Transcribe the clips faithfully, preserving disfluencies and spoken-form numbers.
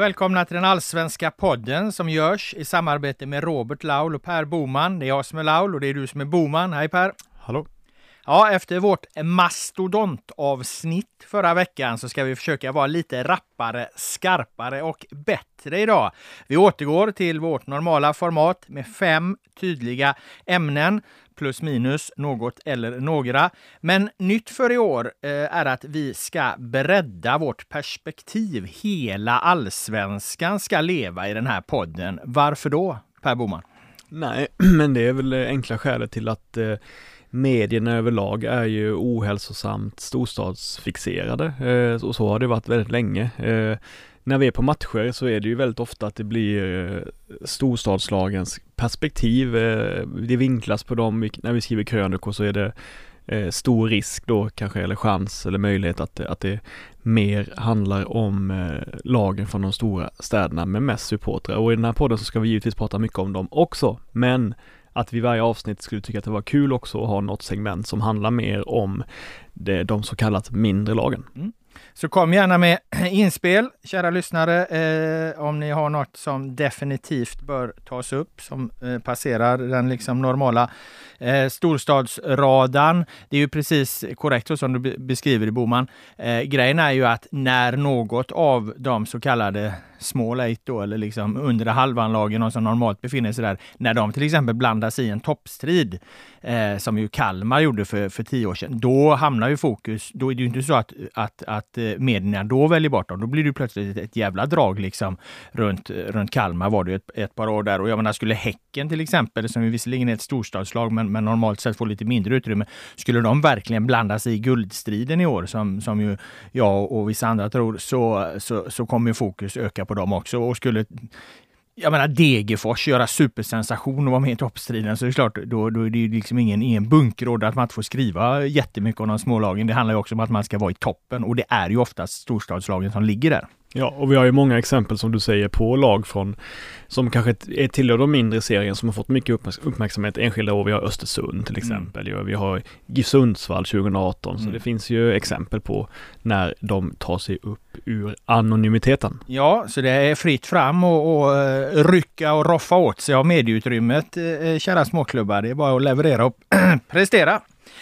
välkomna till den allsvenska podden som görs i samarbete med Robert Laul och Per Boman. Det är jag som är Laul och det är du som är Boman. Hej Per! Hallå! Ja, efter vårt mastodontavsnitt förra veckan så ska vi försöka vara lite rappare, skarpare och bättre idag. Vi återgår till vårt normala format med fem tydliga ämnen, plus minus något eller några. Men nytt för i år eh, är att vi ska bredda vårt perspektiv. Hela allsvenskan ska leva i den här podden. Varför då, Per Boman? Nej, men det är väl enkla skälet till att eh, medierna överlag är ju ohälsosamt storstadsfixerade. Eh, och så har det varit väldigt länge. Eh, när vi är på matcher så är det ju väldigt ofta att det blir eh, storstadslagens perspektiv. Eh, det vinklas på dem. När vi skriver krönikor så är det eh, stor risk då kanske, eller chans eller möjlighet att, att det mer handlar om eh, lagen från de stora städerna med mest supportrar. Och i den här podden så ska vi givetvis prata mycket om dem också. Men att vi i varje avsnitt skulle tycka att det var kul också att ha något segment som handlar mer om det, de så kallat mindre lagen. Mm. Så kom gärna med inspel, kära lyssnare, eh, om ni har något som definitivt bör tas upp, som eh, passerar den liksom normala eh, storstadsradan. Det är ju precis korrekt så som du beskriver i Boman. Eh, grejen är ju att när något av de så kallade small eight då, eller liksom under halvanlagen som normalt befinner sig där, när de till exempel blandas i en toppstrid, eh, som ju Kalmar gjorde för, för tio år sedan, då hamnar ju fokus, då är det ju inte så att, att, att medierna då väljer bort dem, då blir det ju plötsligt ett, ett jävla drag liksom runt, runt Kalmar var det ett, ett par år där, och jag menar, skulle Häcken till exempel, som ju visserligen är ett storstadslag men, men normalt sett får lite mindre utrymme, skulle de verkligen blandas i guldstriden i år, som, som ju jag och vissa andra tror, så, så, så kommer ju fokus öka på dem också. Och skulle, jag menar, Degerfors göra supersensation och vara med i toppstriden, så är det klart, då, då är det ju liksom ingen, ingen bunkråd att man inte får skriva jättemycket om de smålagen. Det handlar ju också om att man ska vara i toppen, och det är ju oftast storstadslagen som ligger där. Ja, och vi har ju många exempel som du säger på lag från, som kanske är tillhör de mindre serien som har fått mycket uppmärksamhet enskilda år. Vi har Östersund till exempel, mm. vi har GIF Sundsvall tjugo arton, mm. så det finns ju exempel på när de tar sig upp ur anonymiteten. Ja, så det är fritt fram och, och rycka och roffa åt sig av medieutrymmet, kära småklubbar. Det är bara att leverera och prestera.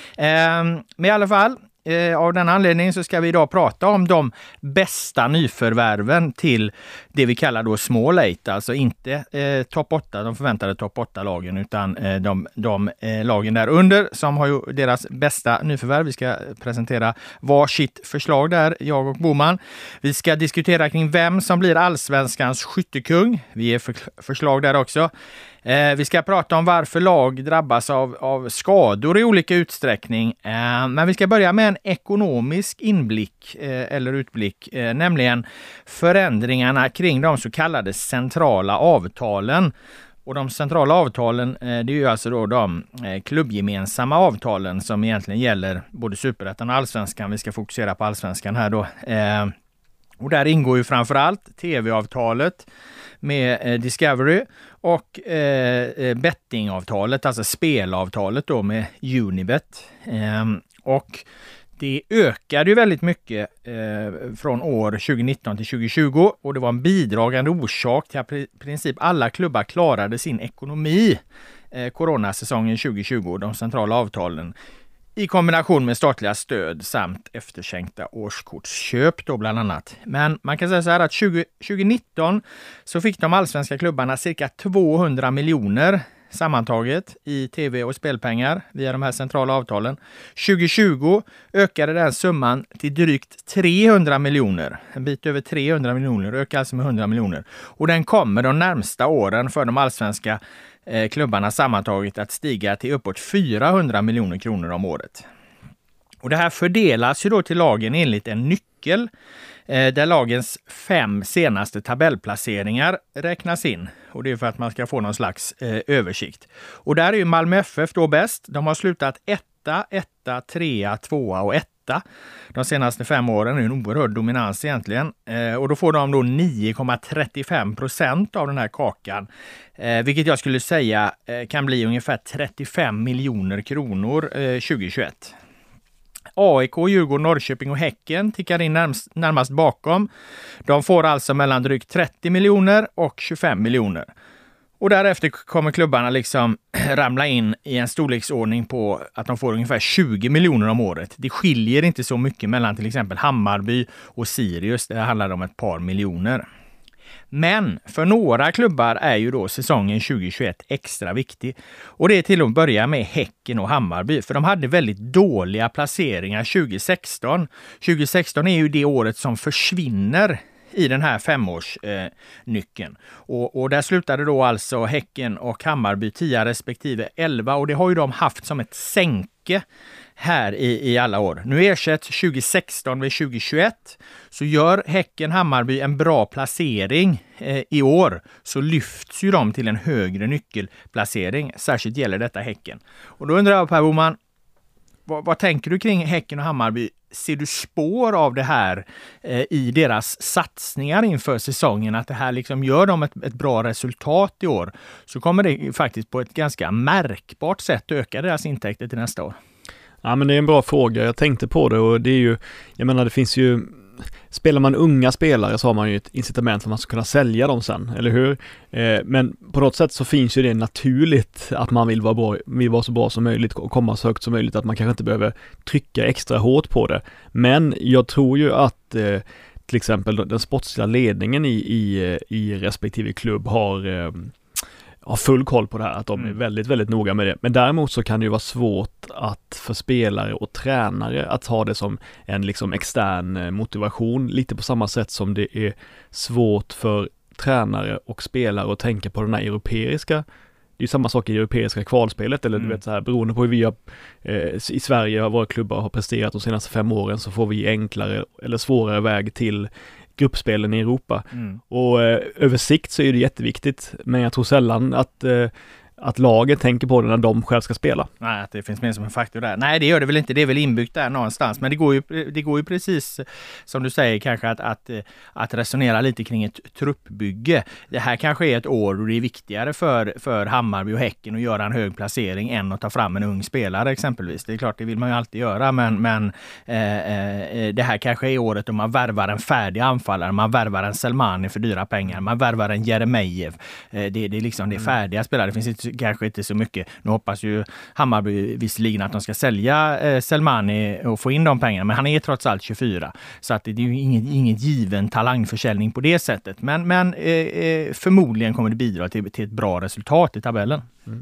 Eh, men i alla fall, av den anledningen så ska vi idag prata om de bästa nyförvärven till det vi kallar då small eight, alltså inte eh, topp åtta, de förväntade topp åtta-lagen, utan eh, de, de eh, lagen där under som har ju deras bästa nyförvärv. Vi ska presentera varsitt förslag där, jag och Boman. Vi ska diskutera kring vem som blir allsvenskans skyttekung. Vi ger för, förslag där också. Eh, vi ska prata om varför lag drabbas av, av skador i olika utsträckning. Eh, men vi ska börja med en ekonomisk inblick eh, eller utblick, eh, nämligen förändringarna kring de så kallade centrala avtalen. Och de centrala avtalen, eh, det är ju alltså då de eh, klubbgemensamma avtalen som egentligen gäller både Superettan och Allsvenskan. Vi ska fokusera på Allsvenskan här då. Eh, och där ingår ju framförallt tv-avtalet med eh, Discovery och eh, bettingavtalet, alltså spelavtalet då med Unibet. Eh, och det ökade ju väldigt mycket eh, från år tjugonitton till tjugotjugo, och det var en bidragande orsak till att i princip alla klubbar klarade sin ekonomi eh, coronasäsongen tjugotjugo, de centrala avtalen, i kombination med statliga stöd samt efterskänkta årskortsköp då bland annat. Men man kan säga så här att tjugo tjugonitton så fick de allsvenska klubbarna cirka tvåhundra miljoner sammantaget i tv- och spelpengar via de här centrala avtalen. tjugotjugo ökade den summan till drygt trehundra miljoner. En bit över trehundra miljoner, ökar alltså med hundra miljoner. Och den kommer de närmsta åren för de allsvenska eh, klubbarna sammantaget att stiga till uppåt fyrahundra miljoner kronor om året. Och det här fördelas ju då till lagen enligt en nyckel eh, där lagens fem senaste tabellplaceringar räknas in. Och det är för att man ska få någon slags eh, översikt. Och där är ju Malmö F F då bäst. De har slutat etta, etta, trea, tvåa och etta. De senaste fem åren är en oerhörd dominans egentligen. Eh, och då får de då nio komma trettiofem procent av den här kakan. Eh, vilket jag skulle säga eh, kan bli ungefär trettiofem miljoner kronor eh, tjugohundratjugoett. A I K, Djurgården, Norrköping och Häcken tickar in närmast, närmast bakom. De får alltså mellan drygt trettio miljoner och tjugofem miljoner. Och därefter kommer klubbarna liksom ramla in i en storleksordning på att de får ungefär tjugo miljoner om året. Det skiljer inte så mycket mellan till exempel Hammarby och Sirius. Det handlar om ett par miljoner. Men för några klubbar är ju då säsongen tjugo tjugoett extra viktig. Och det är till att börja med Häcken och Hammarby. För de hade väldigt dåliga placeringar tjugo sexton. tjugo sexton är ju det året som försvinner i den här femårsnyckeln. Eh, och, och där slutade då alltså Häcken och Hammarby tio respektive elva. Och det har ju de haft som ett sänke här i, i alla år. Nu ersätts tjugo sexton med tjugo tjugoett. Så gör Häcken Hammarby en bra placering eh, i år, så lyfts ju de till en högre nyckelplacering. Särskilt gäller detta Häcken. Och då undrar jag, Per Boman, vad, vad tänker du kring Häcken och Hammarby? Ser du spår av det här eh, i deras satsningar inför säsongen? Att det här liksom gör dem ett, ett bra resultat i år, så kommer det faktiskt på ett ganska märkbart sätt öka deras intäkter till nästa år. Ja, men det är en bra fråga. Jag tänkte på det, och det är ju, jag menar, det finns ju, spelar man unga spelare så har man ju ett incitament för att man ska kunna sälja dem sen, eller hur? Eh, men på något sätt så finns ju det naturligt att man vill vara, bra, vill vara så bra som möjligt och komma så högt som möjligt, att man kanske inte behöver trycka extra hårt på det. Men jag tror ju att eh, till exempel den sportsliga ledningen i, i, i respektive klubb har eh, har full koll på det här, att de är väldigt, väldigt noga med det. Men däremot så kan det ju vara svårt att för spelare och tränare att ha det som en liksom extern motivation, lite på samma sätt som det är svårt för tränare och spelare att tänka på den här europeiska. Det är ju samma sak i det europeiska kvalspelet, eller mm. du vet så här, beroende på hur vi har, eh, i Sverige, våra klubbar har presterat de senaste fem åren, så får vi enklare eller svårare väg till gruppspelen i Europa. Mm. Och eh, över sikt så är det jätteviktigt, men jag tror sällan att eh, att laget tänker på det när de själv ska spela. Nej, att det finns med som en faktor där. Nej, det gör det väl inte. Det är väl inbyggt där någonstans. Men det går ju, det går ju precis som du säger kanske att, att, att resonera lite kring ett truppbygge. Det här kanske är ett år då det är viktigare för, för Hammarby och Häcken att göra en hög placering än att ta fram en ung spelare exempelvis. Det är klart, det vill man ju alltid göra, men, men eh, eh, det här kanske är året då man värvar en färdig anfallare. Man värvar en Selmani för dyra pengar. Man värvar en Jeremejeff. Eh, det, det är liksom det är färdiga spelare. Det finns inte kanske inte så mycket. Nu hoppas ju Hammarby visserligen att de ska sälja eh, Selmani och få in de pengarna, men han är trots allt tjugofyra. Så att det är ju inget, inget given talangförsäljning på det sättet. Men, men eh, förmodligen kommer det bidra till, till ett bra resultat i tabellen. Mm.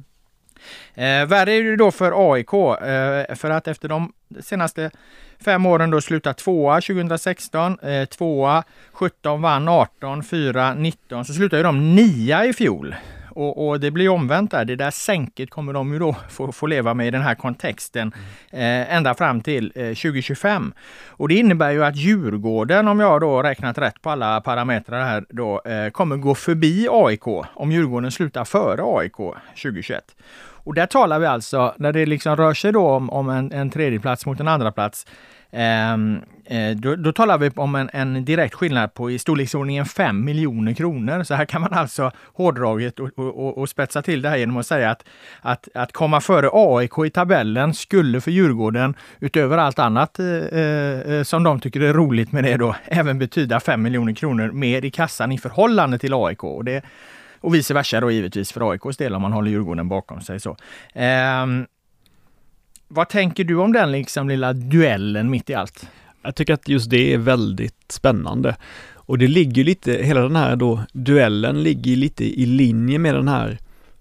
Eh, värre är det då för A I K, eh, för att efter de senaste fem åren då slutat tvåa tjugo sexton, eh, tvåa sjutton, vann arton, fyra nitton, så slutar ju de nia i fjol. Och, och det blir omvänt där. Det där sänket kommer de ju då få, få leva med i den här kontexten eh, ända fram till eh, tjugo tjugofem. Och det innebär ju att Djurgården, om jag då räknat rätt på alla parametrar här, då, eh, kommer gå förbi A I K om Djurgården slutar före A I K tjugo tjugoett. Och där talar vi alltså, när det liksom rör sig då om, om en, en tredje plats mot en andra plats, Um, eh, då, då talar vi om en, en direkt skillnad på i storleksordningen fem miljoner kronor. Så här kan man alltså hårdraget och, och, och spetsa till det här genom att säga att, att, att komma före A I K i tabellen skulle för Djurgården, utöver allt annat eh, eh, som de tycker är roligt med det då, även betyda fem miljoner kronor mer i kassan i förhållande till A I K. Och, det, och vice versa då givetvis för A I K:s del om man håller Djurgården bakom sig. Så. Um, Vad tänker du om den liksom lilla duellen mitt i allt? Jag tycker att just det är väldigt spännande. Och det ligger lite, hela den här då, duellen ligger lite i linje med den här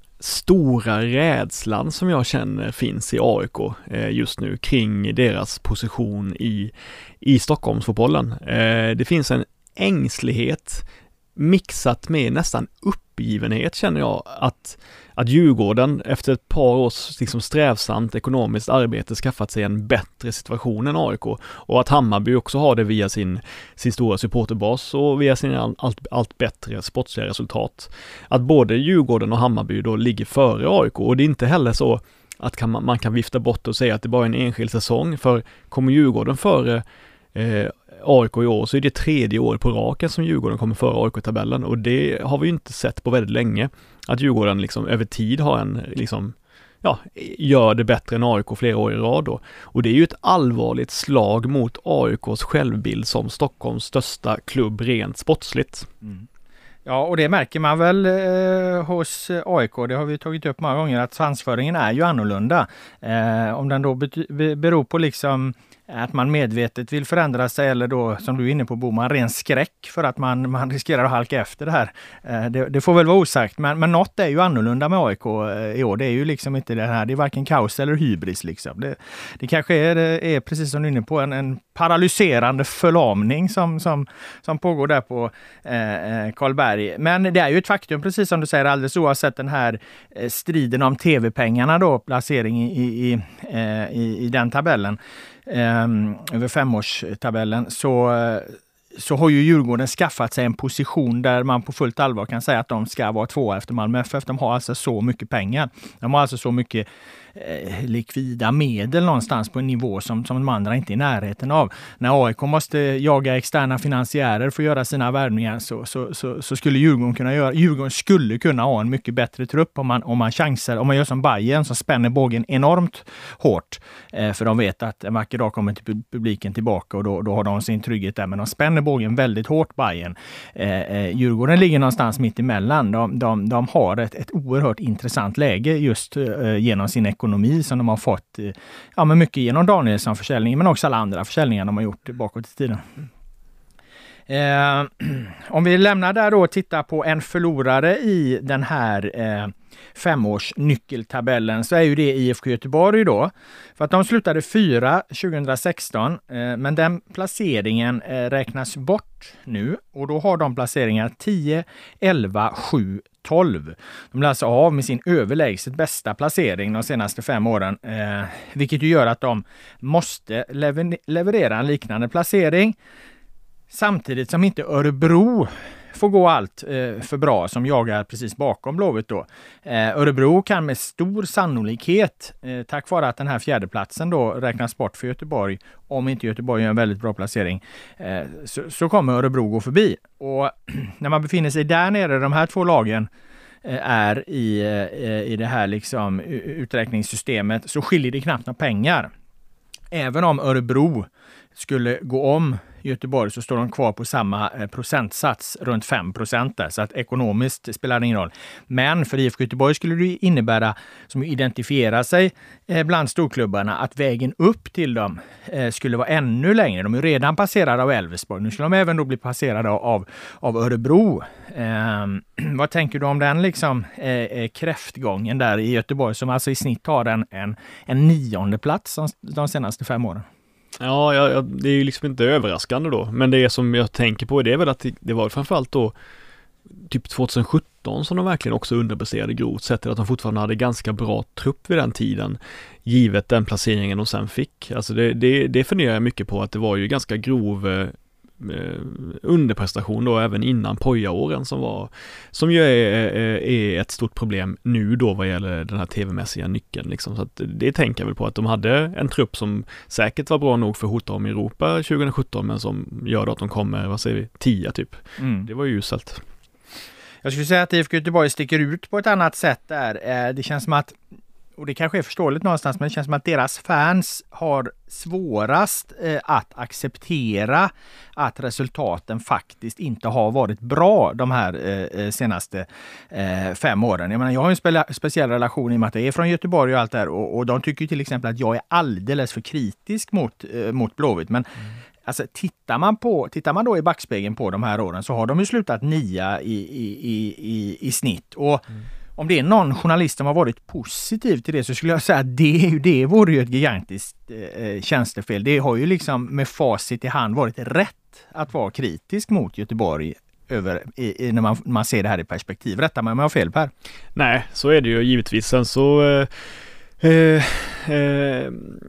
stora rädslan som jag känner finns i A I K eh, just nu kring deras position i, i Stockholmsfotbollen. Eh, det finns en ängslighet mixat med nästan uppgivenhet, känner jag, att att Djurgården efter ett par års liksom strävsamt ekonomiskt arbete skaffat sig en bättre situation än A I K, och att Hammarby också har det via sin, sin stora supporterbas och via sina allt, allt bättre sportsliga resultat. Att både Djurgården och Hammarby då ligger före A I K, och det är inte heller så att kan man, man kan vifta bort och säga att det bara är en enskild säsong, för kommer Djurgården före eh, A I K i år så är det tredje år på raken som Djurgården kommer före A I K i tabellen, och det har vi ju inte sett på väldigt länge, att Djurgården liksom över tid har en liksom ja, gör det bättre än A I K flera år i rad då. Och det är ju ett allvarligt slag mot A I K:s självbild som Stockholms största klubb rent sportsligt. Mm. Ja, och det märker man väl eh, hos A I K, det har vi tagit upp många gånger, att svansföringen är ju annorlunda. Eh, om den då bety- beror på liksom att man medvetet vill förändra sig eller då, som du är inne på Boman, ren skräck för att man, man riskerar att halka efter det här. Eh, det, det får väl vara osagt, men, men något är ju annorlunda med A I K eh, i år. Det är ju liksom inte det här, det är varken kaos eller hybris liksom. Det, det kanske är, är, precis som du är inne på, en, en paralyserande förlamning som, som, som pågår där på eh, Karlberg. Men det är ju ett faktum, precis som du säger, alldeles oavsett den här eh, striden om tv-pengarna då, placering i, i, eh, i, i den tabellen. Um, över femårstabellen så, så har ju Djurgården skaffat sig en position där man på fullt allvar kan säga att de ska vara två efter Malmö F F. De har alltså så mycket pengar. De har alltså så mycket eh, likvida medel någonstans på en nivå som, som de andra inte är i närheten av. När A I K måste jaga externa finansiärer för att göra sina värvningar så, så, så, så skulle Djurgården kunna göra, Djurgården skulle kunna ha en mycket bättre trupp om man, om man chansar, om man gör som Bayern som spänner bågen enormt hårt. Eh, för de vet att en vacker dag kommer till publiken tillbaka och då, då har de sin trygghet där. Men de spänner bågen väldigt hårt, Bayern. Eh, eh, Djurgården ligger någonstans mitt emellan. De, de, de har ett, ett oerhört intressant läge just eh, genom sin ekonomi som de har fått, eh, ja, men mycket genom Danielsson-försäljningen men också alla andra försäljningar de har gjort bakåt i tiden. Eh, om vi lämnar där då och tittar på en förlorare i den här eh, femårs nyckeltabellen så är ju det I F K Göteborg då. För att de slutade fyra tjugohundrasexton eh, men den placeringen eh, räknas bort nu och då har de placeringar tio, elva, sju, tolv. De blir alltså av med sin överlägset bästa placering de senaste fem åren, eh, vilket ju gör att de måste lever- leverera en liknande placering. Samtidigt som inte Örebro får gå allt eh, för bra som jagar precis bakom Blåvitt då. Eh, Örebro kan med stor sannolikhet, eh, tack vare att den här fjärdeplatsen då räknas bort för Göteborg, om inte Göteborg gör en väldigt bra placering, eh, så, så kommer Örebro gå förbi. Och när man befinner sig där nere, de här två lagen eh, är i, eh, i det här liksom uträkningssystemet, så skiljer det knappt några pengar. Även om Örebro skulle gå om Göteborg så står de kvar på samma procentsats, runt fem procent där, så att ekonomiskt spelar det ingen roll. Men för I F K Göteborg skulle det innebära, som identifierar sig bland storklubbarna, att vägen upp till dem skulle vara ännu längre. De är redan passerade av Elfsborg. Nu skulle de även då bli passerade av, av Örebro. Eh, vad tänker du om den liksom eh, kräftgången där i Göteborg som alltså i snitt har en, en, en nionde plats de senaste fem åren? Ja, ja, ja, det är ju liksom inte överraskande då. Men det som jag tänker på, det är väl att det, det var framförallt då typ tjugohundrasjutton som de verkligen också underpresterade grovt sett, att de fortfarande hade ganska bra trupp vid den tiden, givet den placeringen de sen fick. Alltså det, det, det funderar jag mycket på, att det var ju ganska grov eh, underprestation då även innan Poja-åren som var, som ju är, är ett stort problem nu då vad gäller den här tv-mässiga nyckeln liksom. Så att det tänker jag väl på, att de hade en trupp som säkert var bra nog för att hota om Europa tjugosjutton, men som gör att de kommer, vad säger vi, tio typ. Mm. Det var ju uselt. Jag skulle säga att I F K Göteborg sticker ut på ett annat sätt där. Det känns som att, och det kanske är förståeligt någonstans, men det känns som att deras fans har svårast eh, att acceptera att resultaten faktiskt inte har varit bra de här eh, senaste eh, fem åren. Jag menar, jag har en spe- speciell relation i och med att jag är från Göteborg och allt där, och, och de tycker till exempel att jag är alldeles för kritisk mot, eh, mot Blåvitt, men mm. Alltså, tittar man på, tittar man då i backspegeln på de här åren så har de ju slutat nia i, i, i, i, i snitt. Och mm. om det är någon journalist som har varit positiv till det så skulle jag säga att det, det vore ju ett gigantiskt eh, tjänstefel. Det har ju liksom med facit i hand varit rätt att vara kritisk mot Göteborg över, i, i, när man, man ser det här i perspektiv. Rättar man om jag har fel, Per? Nej, så är det ju givetvis. Sen så... Eh... Eh, eh,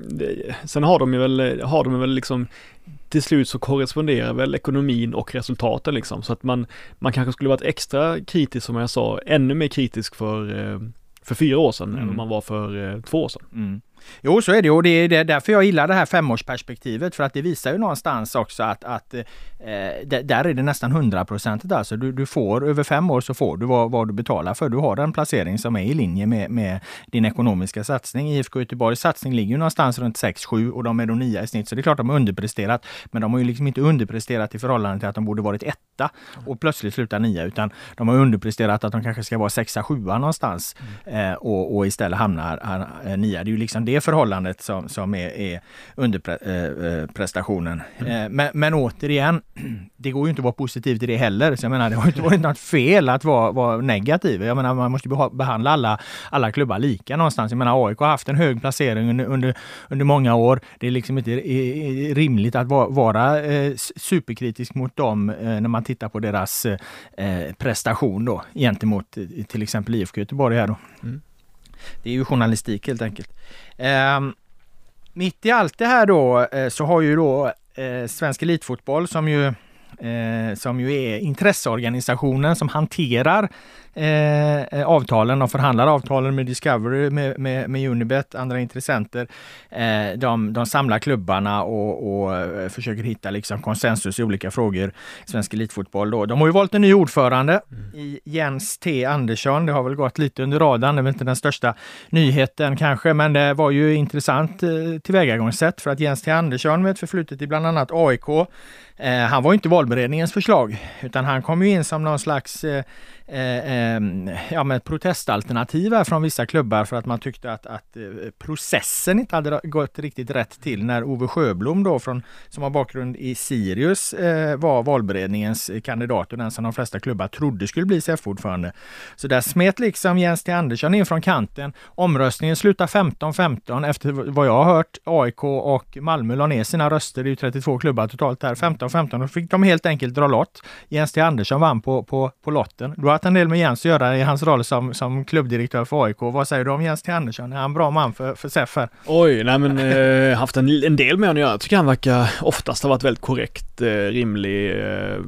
sen har de ju väl, har de väl liksom till slut så korresponderar väl ekonomin och resultaten liksom, så att man, man kanske skulle varit extra kritisk, som jag sa, ännu mer kritisk för, för fyra år sedan mm. än man var för två år sedan. Mm. Jo, så är det, och det är därför jag gillar det här femårsperspektivet, för att det visar ju någonstans också att, att eh, där är det nästan hundra procent. Alltså du, du får över fem år så får du vad, vad du betalar för. Du har en placering som är i linje med, med din ekonomiska satsning. I F K Göteborgs satsning ligger ju någonstans runt sex sju och de är då nia i snitt, så det är klart att de har underpresterat, men de har ju liksom inte underpresterat i förhållande till att de borde varit etta och plötsligt sluta nia, utan de har underpresterat att de kanske ska vara sexa, sjua någonstans mm. eh, och, och istället hamnar här, nia. Det är ju liksom det förhållandet som, som är, är underprestationen. Mm. Men, men återigen, det går ju inte att vara positiv till det heller. Så jag menar, det har inte varit något fel att vara, vara negativ. Jag menar, man måste behandla alla, alla klubbar lika någonstans. Jag menar, A I K har haft en hög placering under, under, under många år. Det är liksom inte rimligt att vara, vara eh, superkritisk mot dem eh, när man tittar på deras eh, prestation då, gentemot till exempel I F K Göteborg här då. Mm. Det är ju journalistik helt enkelt. Eh, mitt i allt det här då eh, så har ju då eh, Svensk Elitfotboll som ju, eh, som ju är intresseorganisationen som hanterar eh, avtalen och förhandlar avtalen med Discovery, med, med, med Unibet, andra intressenter. Eh, de, de samlar klubbarna och, och försöker hitta liksom konsensus i olika frågor. Svensk Elitfotboll då. De har ju valt en ny ordförande mm. i Jens T. Andersson. Det har väl gått lite under radarn. Det är väl inte den största nyheten kanske, men det var ju intressant eh, tillvägagångssätt, för att Jens T. Andersson med ett förflutet i bland annat A I K, eh, han var inte valberedningens förslag, utan han kom ju in som någon slags eh, Eh, ja, med ett protestalternativ här från vissa klubbar, för att man tyckte att, att eh, processen inte hade gått riktigt rätt till när Ove Sjöblom då, från, som har bakgrund i Sirius, eh, var valberedningens kandidat och den som de flesta klubbar trodde skulle bli C F-ordförande. Så där smet liksom Jens T. Andersson in från kanten. Omröstningen slutar femton femton efter vad jag har hört. A I K och Malmö la ner sina röster, det är ju trettiotvå klubbar totalt här, femton femton, och fick de helt enkelt dra lott. Jens T. Andersson vann på, på, på lotten. Då har en del med Jens att göra i hans roll som, som klubbdirektör för A I K. Vad säger du om Jens T. Andersson? Är han en bra man för, för S E F här? Oj, nej men eh, haft en, en del med honom att göra. Jag tycker han verkar oftast ha varit väldigt korrekt, eh, rimlig. Eh,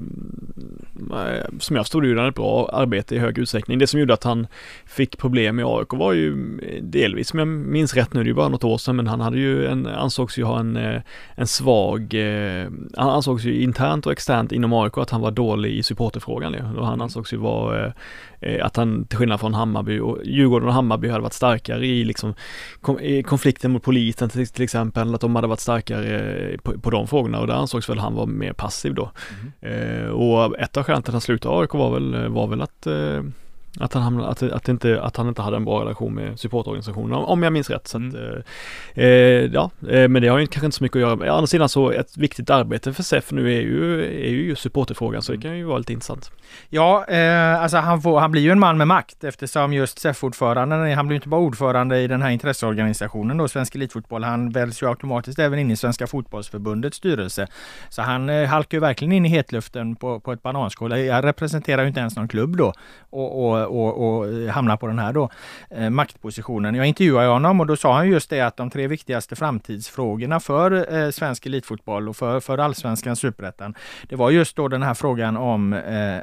som jag stod gjorde han ett bra arbete i hög utsträckning. Det som gjorde att han fick problem med A I K var ju delvis, som jag minns rätt nu, det är ju bara något år sedan, men han hade ju en, ansågs ju ha en, en svag, eh, han ansågs ju internt och externt inom A I K att han var dålig i supporterfrågan. Ja. Och han ansågs ju vara eh, att han, till skillnad från Hammarby och Djurgården och Hammarby, hade varit starkare i, liksom, kom, i konflikten mot polisen till, till exempel, att de hade varit starkare på, på de frågorna, och där ansågs väl han var mer passiv då. Mm. Eh, och ett av skälen till att han slutade A I K var väl, var väl att eh, Att han, hamnade, att, att, inte, att han inte hade en bra relation med supportorganisationen, om jag minns rätt. Så att, mm. eh, ja, eh, men det har ju kanske inte så mycket att göra. Å andra sidan så ett viktigt arbete för S E F nu är ju, är ju just supporterfrågan, så det kan ju vara lite intressant. Ja, eh, alltså han, får, han blir ju en man med makt, eftersom just S E F-ordföranden, han blir inte bara ordförande i den här intresseorganisationen då, Svensk Elitfotboll, han väljs ju automatiskt även in i Svenska fotbollsförbundets styrelse. Så han eh, halkar ju verkligen in i hetluften på, på ett bananskål. Jag representerar ju inte ens någon klubb då, och, och Och, och hamnar på den här då, eh, maktpositionen. Jag intervjuade honom och då sa han just det, att de tre viktigaste framtidsfrågorna för eh, svensk elitfotboll och för, för allsvenskan superettan, det var just då den här frågan om eh,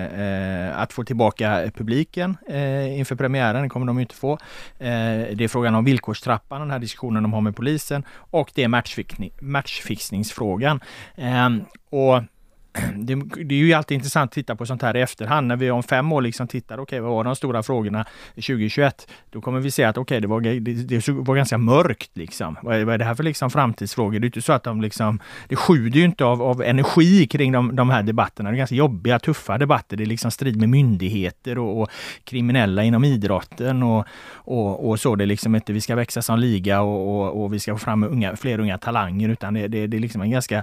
eh, att få tillbaka publiken eh, inför premiären, det kommer de inte få. Eh, det är frågan om villkorstrappan, den här diskussionen de har med polisen, och det är matchfixning, matchfixningsfrågan. Eh, och Det, det är ju alltid intressant att titta på sånt här i efterhand. När vi om fem år liksom tittar, okej, okay, vad var de stora frågorna tjugohundratjugoett? Då kommer vi se att okej, okay, det, var, det, det var ganska mörkt liksom. Vad är, vad är det här för liksom framtidsfrågor? Det är inte så att de liksom, det sjuder ju inte av, av energi kring de, de här debatterna. Det är ganska jobbiga, tuffa debatter. Det är liksom strid med myndigheter och, och kriminella inom idrotten och, och, och så. Det är liksom inte, vi ska växa som liga och, och, och vi ska få fram unga, fler unga talanger, utan det, det, det är liksom en ganska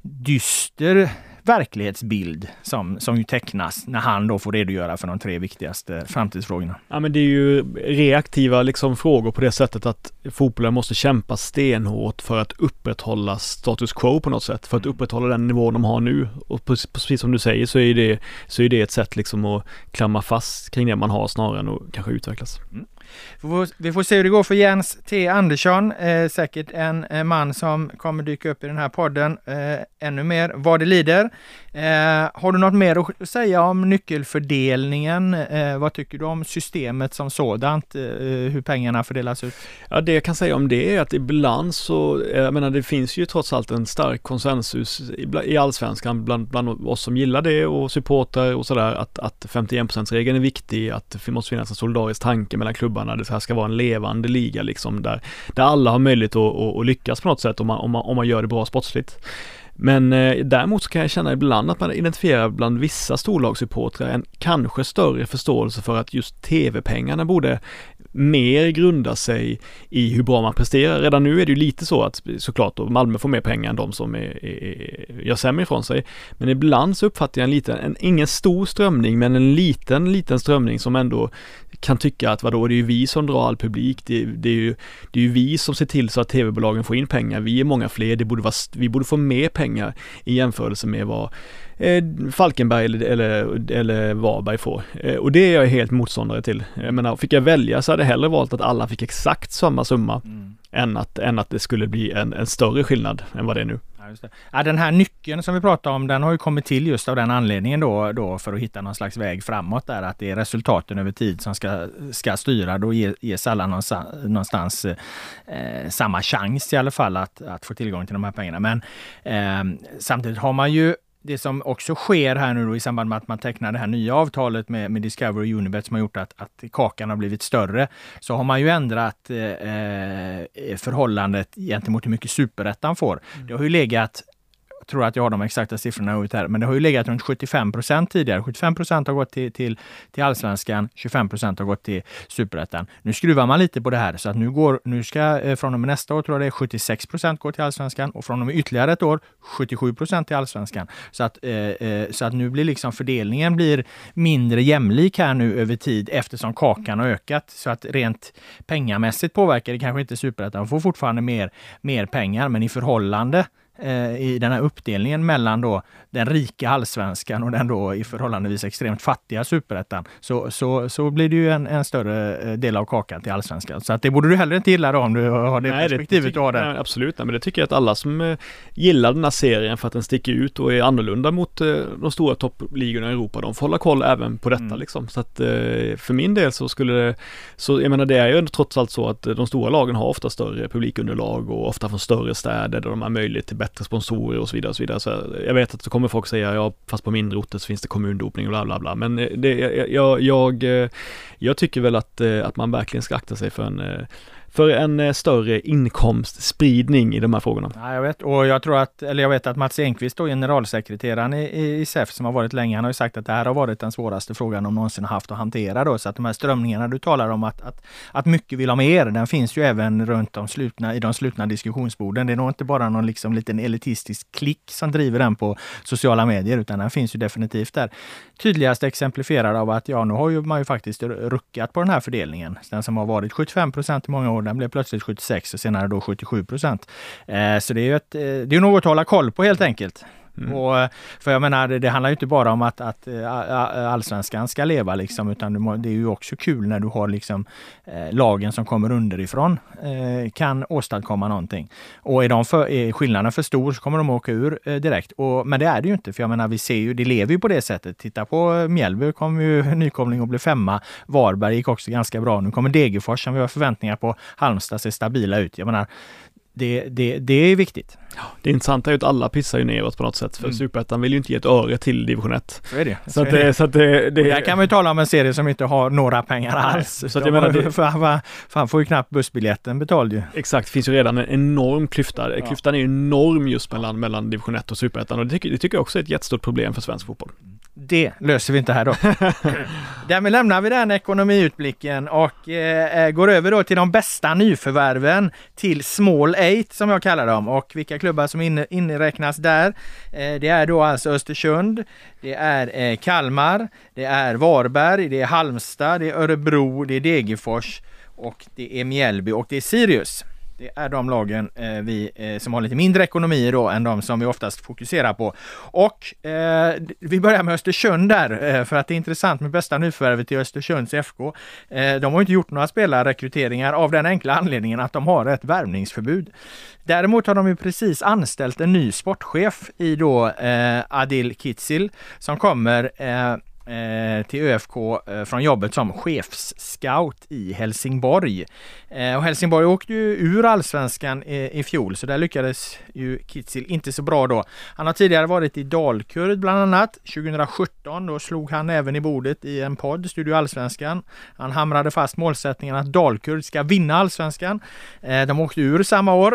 dyster verklighetsbild som, som ju tecknas när han då får redogöra för de tre viktigaste framtidsfrågorna. Ja, men det är ju reaktiva liksom frågor på det sättet att fotbollen måste kämpa stenhårt för att upprätthålla status quo på något sätt, för att upprätthålla den nivå de har nu, och precis som du säger så är det, så är det ett sätt liksom att klamma fast kring det man har snarare än att kanske utvecklas. Mm. Vi får, vi får se hur det går för Jens T. Andersson. Eh, säkert en eh, man som kommer dyka upp i den här podden eh, ännu mer vad det lider. Eh, har du något mer att säga om nyckelfördelningen? Eh, vad tycker du om systemet som sådant? Eh, hur pengarna fördelas ut? Ja, det jag kan säga om det är att ibland så, jag menar det finns ju trots allt en stark konsensus i, i allsvenskan bland, bland oss som gillar det och supportrar och sådär att, att femtioen procent-regeln är viktig, att det måste finnas en solidarisk tanke mellan klubbarna, det här ska vara en levande liga liksom där, där alla har möjlighet att, att, att lyckas på något sätt om man, om man, om man gör det bra sportsligt. Men eh, däremot så kan jag känna ibland att man identifierar bland vissa storlagssupportrar en kanske större förståelse för att just tv-pengarna borde mer grunda sig i hur bra man presterar. Redan nu är det ju lite så att såklart då Malmö får mer pengar än de som är, är, gör sämre ifrån sig. Men ibland så uppfattar jag en liten, en, ingen stor strömning men en liten, liten strömning som ändå kan tycka att vadå, det är ju vi som drar all publik, det, det, är ju, det är ju vi som ser till så att tv-bolagen får in pengar, vi är många fler, det borde vara, vi borde få mer pengar i jämförelse med vad eh, Falkenberg eller, eller, eller Varberg får. Eh, och det är jag helt motståndare till. Jag menar, fick jag välja så hade jag hellre valt att alla fick exakt samma summa mm. än, att, än att det skulle bli en, en större skillnad än vad det är nu. Ja, just det. Ja, den här nyckeln som vi pratar om, den har ju kommit till just av den anledningen då, då för att hitta någon slags väg framåt där, att det är resultaten över tid som ska, ska styra. Då ger, ges alla någonstans, någonstans eh, samma chans i alla fall att, att få tillgång till de här pengarna. Men eh, samtidigt har man ju det som också sker här nu då, i samband med att man tecknar det här nya avtalet med, med Discovery och Unibet som har gjort att, att kakan har blivit större, så har man ju ändrat eh, förhållandet gentemot hur mycket Superettan får. Mm. Det har ju legat, jag tror att jag har de exakta siffrorna ut här, men det har ju legat runt sjuttiofem procent tidigare. sjuttiofem procent har gått till, till, till Allsvenskan, tjugofem procent har gått till Superettan. Nu skruvar man lite på det här så att nu, går, nu ska eh, från och med nästa år tror jag det är sjuttiosex procent går till Allsvenskan och från och med ytterligare ett år sjuttiosju procent till Allsvenskan. Så att, eh, eh, så att nu blir liksom fördelningen blir mindre jämlik här nu över tid eftersom kakan har ökat. Så att rent pengamässigt påverkar det kanske inte Superettan. Man får fortfarande mer, mer pengar, men i förhållande i den här uppdelningen mellan då den rika allsvenskan och den då i förhållandevis extremt fattiga Superettan, så, så, så blir det ju en, en större del av kakan till allsvenskan. Så att det borde du heller inte gilla då om du har det nej, perspektivet det, det tycker, nej, absolut, nej, men det tycker jag att alla som eh, gillar den här serien för att den sticker ut och är annorlunda mot eh, de stora toppligorna i Europa, de får hålla koll även på detta mm. liksom. Så att eh, för min del så skulle det, så jag menar det är ju trots allt så att de stora lagen har ofta större publikunderlag och ofta från större städer där de har möjlighet till bättre sponsorer och så vidare och så vidare. Så jag vet att så kommer folk säga, ja fast på mindre orter så finns det kommundopning och bla bla bla. Men det, jag, jag, jag tycker väl att, att man verkligen ska akta sig för en för en större inkomstspridning i de här frågorna. Ja, jag vet. Och jag tror att, eller jag vet att Mats Enqvist då, generalsekreteraren i, i S E F som har varit länge, han har ju sagt att det här har varit den svåraste frågan de någonsin haft att hantera då. Så att de här strömningarna du talar om att, att, att mycket vill ha mer, den finns ju även runt de slutna, i de slutna diskussionsborden. Det är nog inte bara någon liksom liten elitistisk klick som driver den på sociala medier, utan den finns ju definitivt där. Tydligast exemplifierad av att ja, nu har ju man ju faktiskt ruckat på den här fördelningen. Den som har varit sjuttiofem procent i många år, den blev plötsligt sjuttiosex och senare då sjuttiosju procent. Eh, så det är ju ett, det är något att hålla koll på helt enkelt. Mm. Och, för jag menar, det, det handlar ju inte bara om att, att allsvenskan ska leva liksom, utan det är ju också kul när du har liksom eh, lagen som kommer underifrån eh, kan åstadkomma någonting. Och är, de för, är skillnaden för stor så kommer de åka ur eh, direkt. Och, men det är det ju inte, för jag menar, vi ser ju, det lever ju på det sättet. Titta på Mjällby, kom ju nykomling och blev femma. Varberg gick också ganska bra. Nu kommer Degerfors som vi har förväntningar på. Halmstad ser stabila ut. Jag menar, Det, det, det är viktigt. Ja, det intressanta är ju att alla pissar ju neråt på något sätt. För mm. Superettan vill ju inte ge ett öre till division ett. Så är det. Så, så, att, det, så att det, det... där kan man ju tala om en serie som inte har några pengar alls. Så att jag menar, det... fan, fan får ju knappt bussbiljetten betald ju. Exakt, det finns ju redan en enorm klyfta. Ja. Klyftan är ju enorm just mellan, mellan division ett och Superettan. Och det tycker, det tycker jag också är ett jättestort problem för svensk fotboll. Det löser vi inte här då. Därmed lämnar vi den ekonomiutblicken och eh, går över då till de bästa nyförvärven till Small Eight som jag kallar dem. Och vilka klubbar som in, inräknas där. Eh, det är då alltså Östersund, det är eh, Kalmar, det är Varberg, det är Halmstad, det är Örebro, det är Degerfors och det är Mjällby och det är Sirius. Det är de lagen eh, vi, eh, som har lite mindre ekonomi då än de som vi oftast fokuserar på. Och eh, vi börjar med Östersund där, eh, för att det är intressant med bästa nyförvärvet i Östersunds F K. Eh, de har inte gjort några spelarrekryteringar av den enkla anledningen att de har ett värvningsförbud. Däremot har de ju precis anställt en ny sportchef i då eh, Adil Kitzil som kommer eh, till ÖFK från jobbet som chefsscout i Helsingborg. Och Helsingborg åkte ju ur allsvenskan i fjol, så där lyckades ju Kitzil inte så bra då. Han har tidigare varit i Dalkurd bland annat. tjugohundrasjutton då slog han även i bordet i en podd, Studio Allsvenskan. Han hamrade fast målsättningen att Dalkurd ska vinna allsvenskan. De åkte ur samma år.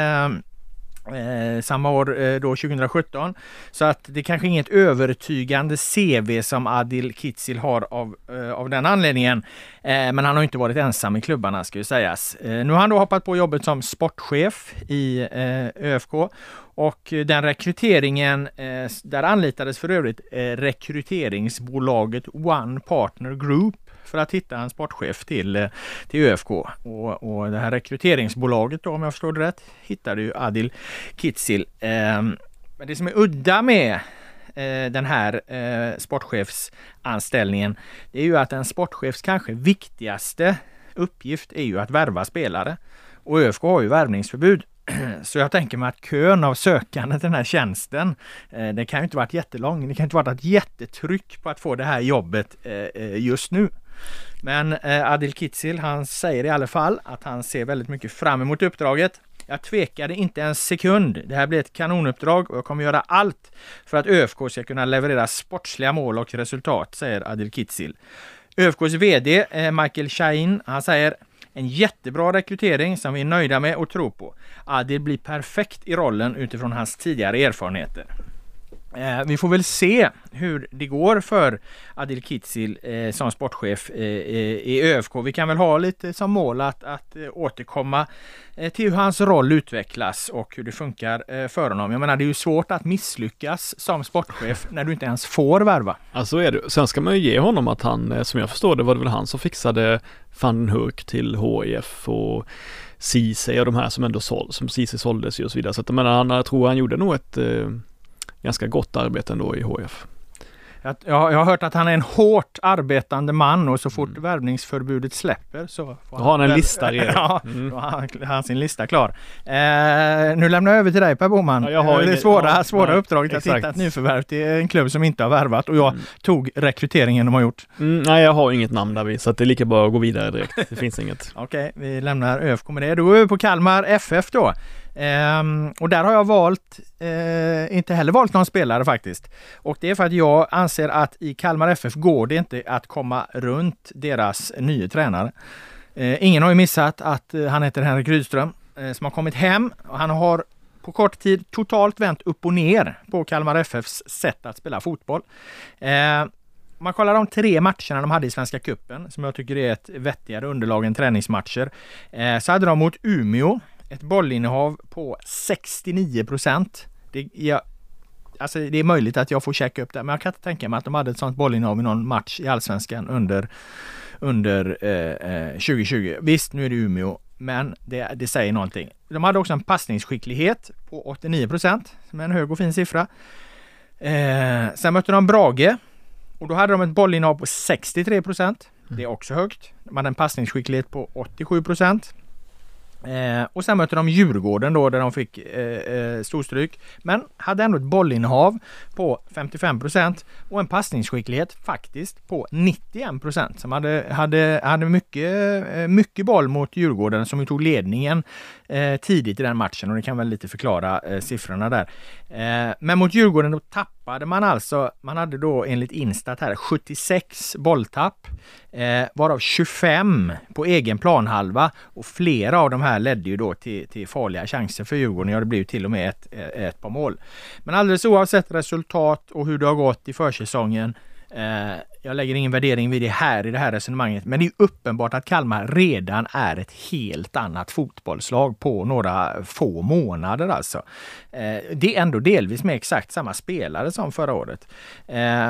Eh, samma år eh, då tjugohundrasjutton, så att det kanske inget övertygande C V som Adil Kitzil har av, eh, av den anledningen, eh, men han har inte varit ensam i klubbarna ska ju sägas. Eh, nu har han då hoppat på jobbet som sportchef i eh, ÖFK, och den rekryteringen, eh, där anlitades för övrigt eh, rekryteringsbolaget One Partner Group för att hitta en sportchef till, till ÖFK. Och, och det här rekryteringsbolaget då, om jag förstår det rätt, hittade ju Adil Kitzil. Eh, men det som är udda med eh, den här eh, sportchefsanställningen, det är ju att en sportchefs kanske viktigaste uppgift är ju att värva spelare. Och ÖFK har ju värvningsförbud. Så jag tänker mig att kön av sökande till den här tjänsten, eh, det kan ju inte varit jättelång. Det kan inte varit ett jättetryck på att få det här jobbet eh, just nu. Men eh, Adil Kitzil, han säger i alla fall att han ser väldigt mycket fram emot uppdraget. Jag tvekade inte en sekund. Det här blir ett kanonuppdrag och jag kommer göra allt för att ÖFK ska kunna leverera sportsliga mål och resultat, säger Adil Kitzil. ÖFKs vd eh, Michael Shahin, han säger: en jättebra rekrytering som vi är nöjda med och tror på. Adil blir perfekt i rollen utifrån hans tidigare erfarenheter. Eh, vi får väl se hur det går för Adil Kitzil eh, som sportchef eh, i ÖFK. Vi kan väl ha lite som mål att, att eh, återkomma eh, till hur hans roll utvecklas och hur det funkar eh, för honom. Jag menar, det är ju svårt att misslyckas som sportchef när du inte ens får värva. Ja, så är det. Sen ska man ju ge honom att han, som jag förstår det, var det väl han som fixade Van Hurk till H I F och Ceesay och de här som ändå såld, som Ceesay såldes och så vidare. Så att, jag menar, han, jag tror han gjorde nog ett eh, ganska gott arbete ändå i H F. Jag, jag har hört att han är en hårt arbetande man och så fort mm. värvningsförbudet släpper så får han, han en lista redan. Ja, mm. då har han, han sin lista klar. Eh, nu lämnar jag över till dig, Per Boman. Ja, jag har det är svåra, ja, svåra ja, uppdraget exakt. Att hitta ett nyförvärv till en klubb som inte har värvat, och jag mm. tog rekryteringen de har gjort. Mm, nej, jag har inget namn där vi, så att det är lika bra att gå vidare direkt. Det finns inget. Okej, okay, vi lämnar ÖFK med det. Då går vi på Kalmar F F då. Um, och där har jag valt, uh, inte heller valt någon spelare faktiskt. Och det är för att jag anser att i Kalmar F F går det inte att komma runt deras nya tränare. Uh, ingen har ju missat att uh, han heter Henrik Rydström uh, som har kommit hem. Och han har på kort tid totalt vänt upp och ner på Kalmar F Fs sätt att spela fotboll. Uh, Om man kollar de tre matcherna de hade i Svenska cupen, som jag tycker är ett vettigare underlag än träningsmatcher, uh, så hade de mot Umeå ett bollinnehav på sextionio procent. Det, ja, alltså det är möjligt att jag får checka upp det, men jag kan inte tänka mig att de hade ett sånt bollinnehav i någon match i Allsvenskan under, under eh, tjugo tjugo. Visst, nu är det Umeå, men det, det säger någonting. De hade också en passningsskicklighet på åttionio procent, som är en hög och fin siffra. Eh, sen mötte de Brage, och då hade de ett bollinnehav på sextiotre procent. Det är också högt. De hade en passningsskicklighet på åttiosju procent. Eh, och sen mötte de Djurgården då, där de fick eh, eh, storstryk, men hade ändå ett bollinnehav på femtiofem procent och en passningsskicklighet faktiskt på nittioen procent, som hade, hade, hade mycket, eh, mycket boll mot Djurgården, som ju tog ledningen eh, tidigt i den matchen, och det kan väl lite förklara eh, siffrorna där. Eh, men mot Djurgården då tappade man alltså, man hade då enligt Instat här sjuttiosex bolltapp, eh, varav tjugofem på egen planhalva, och flera av de här ledde ju då till, till farliga chanser för Djurgården. Ja, det blev ju till och med ett, ett par mål. Men alldeles oavsett resultat och hur det har gått i försäsongen, eh, jag lägger ingen värdering vid det här i det här resonemanget, men det är uppenbart att Kalmar redan är ett helt annat fotbollslag på några få månader alltså. Eh, det är ändå delvis med exakt samma spelare som förra året. Eh,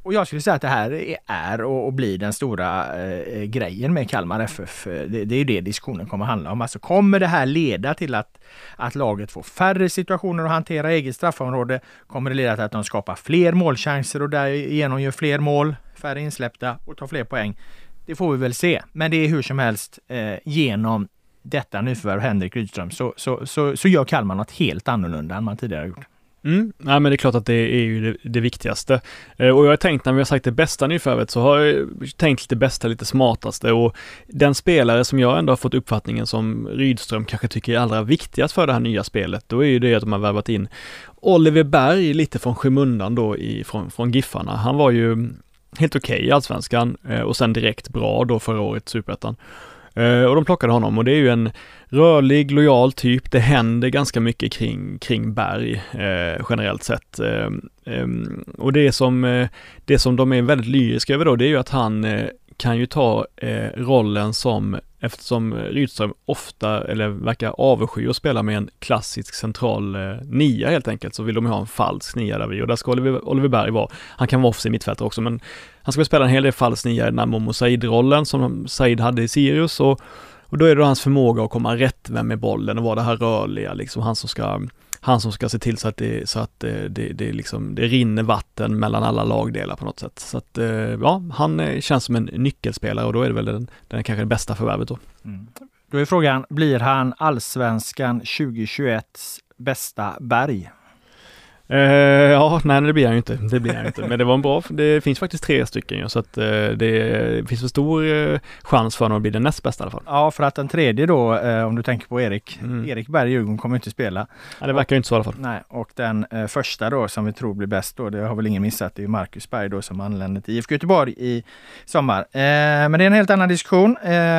Och jag skulle säga att det här är och, och blir den stora eh, grejen med Kalmar F F. Det, det är ju det diskussionen kommer att handla om. Alltså kommer det här leda till att, att laget får färre situationer att hantera eget straffområde? Kommer det leda till att de skapar fler målchanser och därigenom gör fler mål, färre insläppta och tar fler poäng? Det får vi väl se. Men det är hur som helst eh, genom detta nyförvärv Henrik Rydström så, så, så, så gör Kalmar något helt annorlunda än man tidigare gjort. Mm. Ja, men det är klart att det är ju det, det viktigaste. Eh, och jag har tänkt när vi har sagt det bästa nyförvärvet så har jag tänkt lite bästa, lite smartaste, och den spelare som jag ändå har fått uppfattningen som Rydström kanske tycker är allra viktigast för det här nya spelet, då är ju det att de har värvat in Oliver Berg lite från skymundan då i, från, från Giffarna. Han var ju helt okej okay i Allsvenskan eh, och sen direkt bra då förra året i Superettan. Uh, och de plockade honom, och det är ju en rörlig, lojal typ. Det händer ganska mycket kring, kring Berg uh, generellt sett. Uh, um, och det som, uh, det som de är väldigt lyriska över då, det är ju att han uh, kan ju ta uh, rollen som, eftersom Rydström ofta, eller verkar avsky att spela med en klassisk central uh, nia helt enkelt, så vill de ha en falsk nia där vi, och där ska Oliver, Oliver Berg vara. Han kan vara offensiv mittfältare också, men han ska spela en hel del falsk nia i den här Momo Said-rollen som Said hade i Sirius, och, och då är det hans förmåga att komma rätt med bollen och vara det här rörliga, liksom han som ska han som ska se till så att det, så att det, det, det, liksom, det rinner vatten mellan alla lagdelar på något sätt. Så att ja, han känns som en nyckelspelare, och då är det väl den, den kanske det bästa förvärvet då. Mm. Då är frågan, blir han Allsvenskan tjugohundratjugoett bästa Berg? Uh, ja, nej det blir han ju inte. Det blir han inte. Men det var en bra, det finns faktiskt tre stycken ju, så att uh, det finns en stor uh, chans för honom att bli den näst bästa i alla fall. Ja, för att den tredje då, uh, om du tänker på Erik, mm. Erik Berg i Djurgården kommer inte spela. Ja, det verkar ju inte så i alla fall. Nej, och den uh, första då som vi tror blir bäst då, det har väl ingen missat, det är Marcus Berg då som anländer till I F K Göteborg i sommar. Uh, men det är en helt annan diskussion.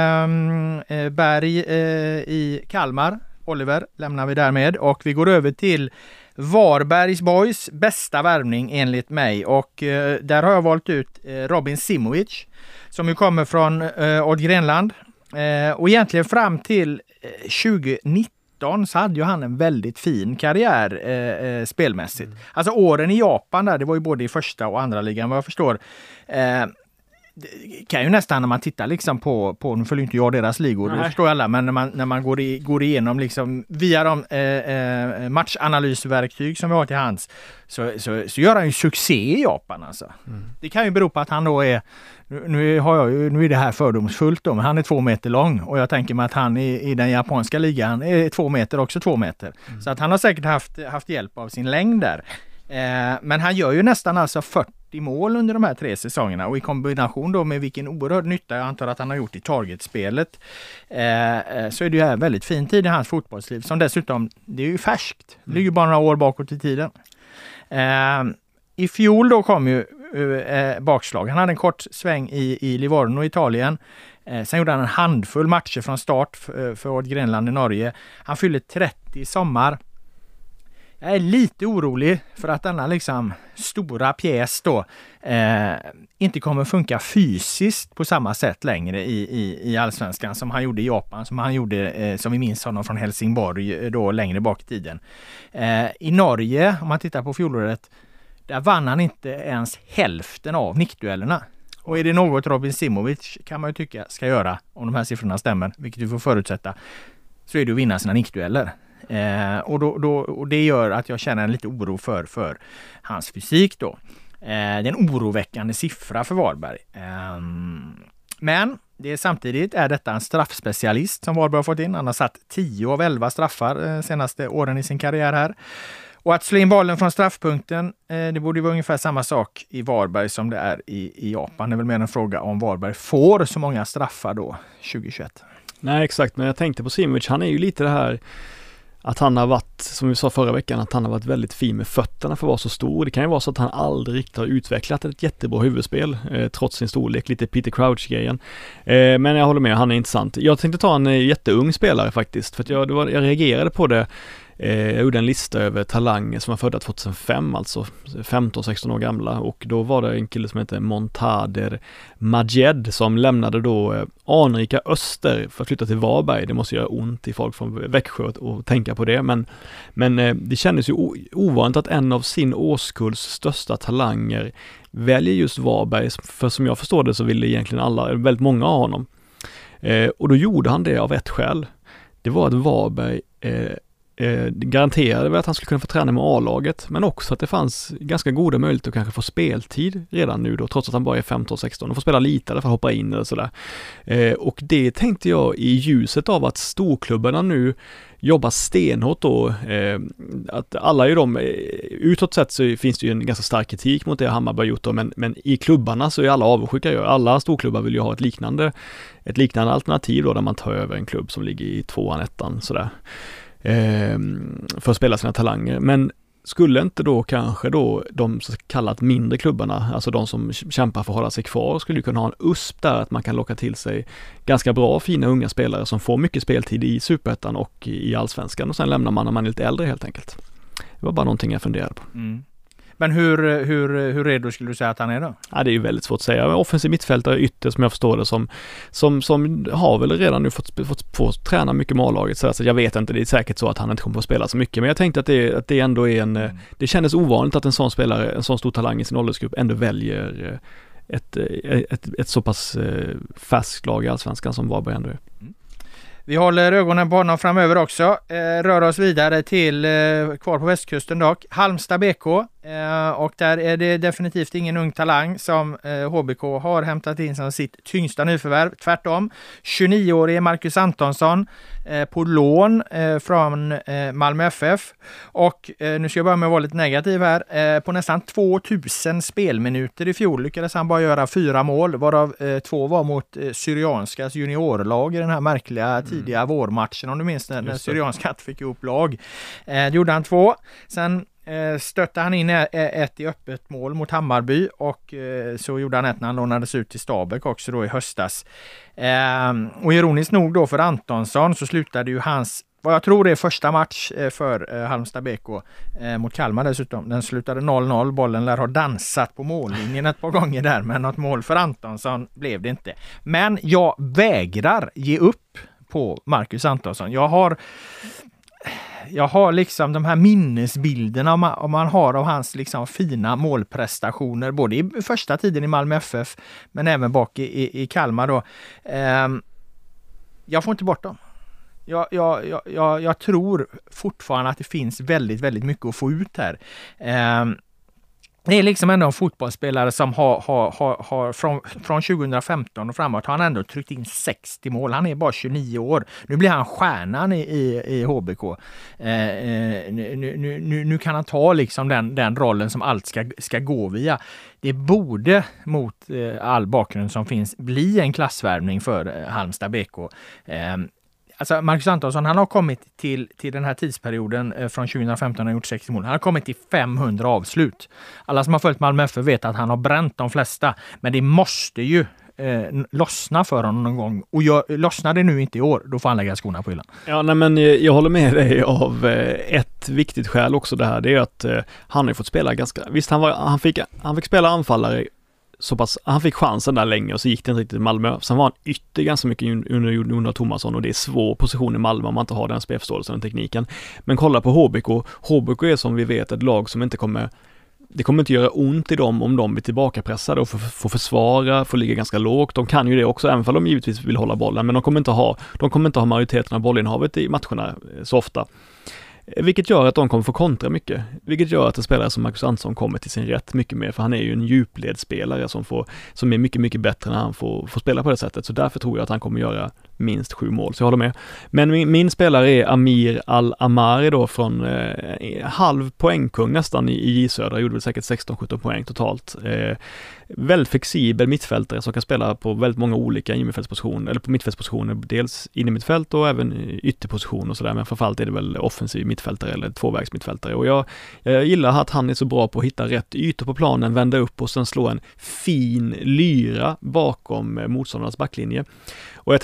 Uh, uh, Berg uh, i Kalmar, Oliver lämnar vi därmed, och vi går över till Varbergs Boys bästa värvning enligt mig, och eh, där har jag valt ut eh, Robin Simovic som ju kommer från eh, Odd Grenland, eh, och egentligen fram till eh, tjugonitton så hade ju han en väldigt fin karriär eh, eh, spelmässigt. Mm. Alltså åren i Japan där, det var ju både i första och andra ligan vad jag förstår. Eh, Det kan ju nästan när man tittar liksom på, på nu följer inte jag deras ligor, det förstår alla, men när man, när man går, i, går igenom liksom via de eh, eh, matchanalysverktyg som vi har till hands, så, så, så gör han ju succé i Japan alltså. Mm. Det kan ju bero på att han då är, nu, nu, har jag ju, nu är det här fördomsfullt då, men han är två meter lång, och jag tänker mig att han i, i den japanska ligan är två meter, också två meter. Mm. Så att han har säkert haft, haft hjälp av sin längd där. Eh, men han gör ju nästan alltså fyrtio mål under de här tre säsongerna, och i kombination då med vilken oerhörd nytta jag antar att han har gjort i targetspelet, eh, så är det ju en väldigt fin tid i hans fotbollsliv, som dessutom, det är ju färskt, det ligger ju bara några år bakåt i tiden. Eh, I fjol då kom ju eh, bakslag, han hade en kort sväng i, i Livorno, Italien. Eh, sen gjorde han en handfull matcher från start för, för Odd Grenland i Norge. Han fyllde trettio i sommar. Jag är lite orolig för att denna liksom stora pjäs då eh, inte kommer funka fysiskt på samma sätt längre i, i, i Allsvenskan som han gjorde i Japan, som han gjorde, eh, som vi minns honom från Helsingborg då längre bak i tiden. Eh, I Norge, om man tittar på fjolåret, där vann han inte ens hälften av nickduellerna. Och är det något Robin Simovic kan man ju tycka ska göra, om de här siffrorna stämmer, vilket vi får förutsätta, så är det att vinna sina nickdueller. Eh, och, då, då, och det gör att jag känner en lite oro för, för hans fysik då. Eh, det är en oroväckande siffra för Varberg. Eh, men det är, samtidigt är detta en straffspecialist som Varberg har fått in. Han har satt tio av elva straffar eh, senaste åren i sin karriär här. Och att slå in bollen från straffpunkten, eh, det borde vara ungefär samma sak i Varberg som det är i, i Japan. Det är väl mer en fråga om Varberg får så många straffar då tjugohundratjugoett. Nej, exakt. Men jag tänkte på Simovic, han är ju lite det här att han har varit, som vi sa förra veckan, att han har varit väldigt fin med fötterna för att vara så stor. Det kan ju vara så att han aldrig riktigt har utvecklat ett jättebra huvudspel eh, trots sin storlek, lite Peter Crouch-grejen. Eh, men jag håller med, han är intressant. Jag tänkte ta en eh, jätteung spelare faktiskt, för att jag, det var, jag reagerade på det Jag gjorde en lista över talanger som var födda tjugohundrafem, alltså femton sexton år gamla, och då var det en kille som heter Montader Majed som lämnade då anrika Öster för att flytta till Varberg. Det måste göra ont i folk från Växjö att tänka på det, men, men det kändes ju ovanligt att en av sin årskulls största talanger väljer just Varberg, för som jag förstår det så ville egentligen alla, väldigt många av honom. Eh, och då gjorde han det av ett skäl. Det var att Varberg eh, eh, garanterade att han skulle kunna få träna med A-laget, men också att det fanns ganska goda möjligheter att kanske få speltid redan nu då, trots att han bara är femton sexton och får spela lite för att hoppa in eller sådär. Eh, och det tänkte jag i ljuset av att storklubbarna nu jobbar stenhårt då, eh, att alla är de, utåt sett så finns det ju en ganska stark kritik mot det Hammarby har gjort då, men, men i klubbarna så är alla avundsjuka. Alla storklubbar vill ju ha ett liknande, ett liknande alternativ då, där man tar över en klubb som ligger i tvåan, ettan sådär, eh, för att spela sina talanger. Men skulle inte då kanske då de så kallat mindre klubbarna, alltså de som kämpar för att hålla sig kvar, skulle ju kunna ha en U S P där, att man kan locka till sig ganska bra, fina unga spelare som får mycket speltid i Superettan och i Allsvenskan, och sen lämnar man när man är lite äldre helt enkelt. Det var bara någonting jag funderade på. Mm. Men hur, hur, hur redo skulle du säga att han är då? Ja, det är ju väldigt svårt att säga. Offensiv mittfältare ytter som jag förstår det, som, som, som har väl redan nu fått, fått, fått träna mycket med A-laget. Så jag vet inte, det är säkert så att han inte kommer att spela så mycket. Men jag tänkte att det, att det ändå är en... Mm. Det kändes ovanligt att en sån spelare, en sån stor talang i sin åldersgrupp ändå väljer ett, ett, ett, ett så pass färskt lag i Allsvenskan som Varberg ändå är. Mm. Vi håller ögonen på honom framöver också. Eh, rör oss vidare till, eh, kvar på västkusten dock, Halmstad B K. Eh, och där är det definitivt ingen ung talang som eh, H B K har hämtat in som sitt tyngsta nyförvärv. Tvärtom, tjugonio-årige Marcus Antonsson eh, på lån eh, från eh, Malmö F F. Och eh, nu ska jag börja med att vara lite negativ här. Eh, på nästan tvåtusen spelminuter i fjol lyckades han bara göra fyra mål, varav eh, två var mot eh, Syrianskas juniorlag i den här märkliga tidiga mm. vårmatchen, om du minns när, när Syrianska fick ihop lag. Eh, det gjorde han två. Sen eh, stötte han in ett i öppet mål mot Hammarby, och eh, så gjorde han ett när han lånades ut till Stabäck också då i höstas. Eh, och ironiskt nog då för Antonsson så slutade ju hans, vad jag tror är första match eh, för eh, Halmstad B K eh, mot Kalmar dessutom. Den slutade noll noll. Bollen lär ha dansat på mållinjen ett par gånger där, men något mål för Antonsson blev det inte. Men jag vägrar ge upp på Marcus Antonsson. Jag har jag har liksom de här minnesbilderna man, om man har av hans liksom fina målprestationer både i första tiden i Malmö F F men även bak i, i, i Kalmar då. Eh, jag får inte bort dem. Jag, jag, jag, jag, jag tror fortfarande att det finns väldigt, väldigt mycket att få ut här. Eh, Det är liksom ändå en fotbollsspelare som har, har, har, har från, från tjugohundrafemton och framåt har han ändå tryckt in sextio mål. Han är bara tjugonio år. Nu blir han stjärnan i, i, i H B K. Eh, nu, nu, nu, nu kan han ta liksom den, den rollen som allt ska, ska gå via. Det borde mot eh, all bakgrund som finns bli en klassvärvning för eh, Halmstad B K. Eh, Alltså Marcus Antonsson, han har kommit till, till den här tidsperioden eh, från tjugohundrafemton och gjort sextio mål. Han har kommit till femhundra avslut. Alla som har följt Malmö F F vet att han har bränt de flesta. Men det måste ju eh, lossna för honom någon gång. Och jag, lossnar det nu inte i år, då får han lägga skorna på hyllan. Ja, nej, men jag håller med dig av eh, ett viktigt skäl också det här. Det är att eh, han har fått spela ganska... Visst, han, var, han, fick, han fick spela anfallare så pass, han fick chansen där länge och så gick det inte riktigt i Malmö. Sen var han ytter ganska mycket under Jonas Thomasson och det är svår position i Malmö om man inte har den spelförståelsen och tekniken. Men kolla på H B K. H B K är som vi vet ett lag som inte kommer, det kommer inte göra ont i dem om de blir tillbakapressade och får, får försvara, får ligga ganska lågt. De kan ju det också, även om de givetvis vill hålla bollen, men de kommer inte ha, de kommer inte ha majoriteten av bollinnehavet i matcherna så ofta. Vilket gör att de kommer få kontra mycket. Vilket gör att en spelare som Marcus Antonsson kommer till sin rätt mycket mer. För han är ju en djupledsspelare som, får, som är mycket, mycket bättre när han får, får spela på det sättet. Så därför tror jag att han kommer göra minst sju mål. Så jag håller med. Men min, min spelare är Amir Al-Amari då från eh, halv poängkung nästan i, i J-Södra. Gjorde väl säkert sexton sjutton poäng totalt. Eh, väldigt flexibel mittfältare som kan spela på väldigt många olika innermittfältspositioner. Eller på mittfältspositioner. Dels innermittfält och även ytterposition och sådär. Men framförallt är det väl offensiv mittfältare eller tvåvägsmittfältare. Och jag, jag gillar att han är så bra på att hitta rätt ytor på planen, vända upp och sen slå en fin lyra bakom motståndarnas backlinje. Och jag tänker att om det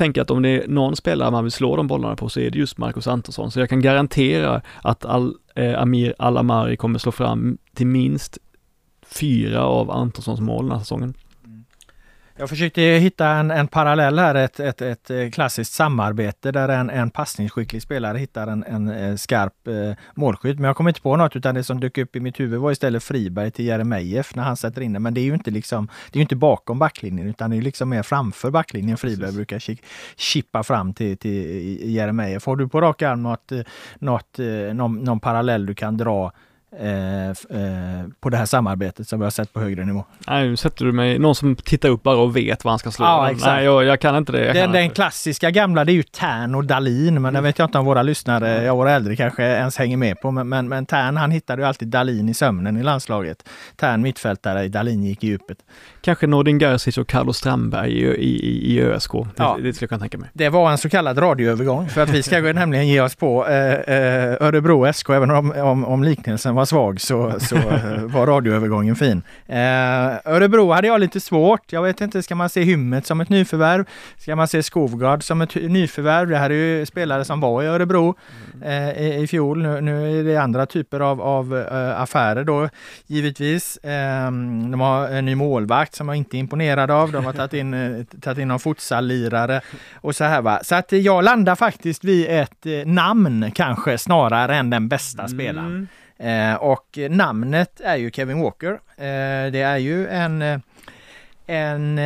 det är någon spelare man vill slå de bollarna på så är det just Marcus Antonsson. Så jag kan garantera att Al, eh, Amir Al-Amari kommer slå fram till minst fyra av Antonssons mål den här säsongen. Jag försökte hitta en, en parallell här, ett, ett, ett klassiskt samarbete där en, en passningsskicklig spelare hittar en, en skarp eh, målskytt. Men jag kom inte på något, utan det som dök upp i mitt huvud var istället Friberg till Jeremejeff när han sätter in det. Men det är ju inte, liksom, det är ju inte bakom backlinjen, utan det är liksom mer framför backlinjen. Friberg Precis. brukar chippa fram till, till Jeremejeff. Har du på rak arm något, något, någon, någon parallell du kan dra Eh, eh, på det här samarbetet som vi har sett på högre nivå? Nej, nu sätter du mig, någon som tittar upp bara och vet vad han ska slå. Ja, exakt. Nej, jag, jag kan inte det. Den, den inte. klassiska gamla, det är ju Tern och Dahlin, men mm. det vet jag inte om våra lyssnare, ja, våra äldre kanske ens hänger med på, men, men, men Tern, han hittade ju alltid Dahlin i sömnen i landslaget. Tern mittfältare, Dahlin gick i djupet. Kanske Nordin Gerzic och Carlos Strandberg i, i, i ÖSK. Det, ja, det skulle jag kunna tänka mig. Det var en så kallad radioövergång, för att vi ska nämligen ge oss på eh, eh, Örebro S K, även om, om, om liknelsen var svag så så var radioövergången fin. Eh, Örebro hade jag lite svårt. Jag vet inte, ska man se Hymmet som ett nyförvärv? Ska man se Skovgard som ett nyförvärv? Det här är ju spelare som var i Örebro eh, i, i fjol. Nu, nu är det andra typer av, av äh, affärer då, givetvis. Eh, de har en ny målvakt som jag inte är imponerad av. De har tagit in, tagit in någon futsal-lirare och så här, va. Så att jag landar faktiskt vid ett eh, namn kanske snarare än den bästa spelaren. Mm. Eh, och namnet är ju Kevin Walker. Eh, det är ju en, en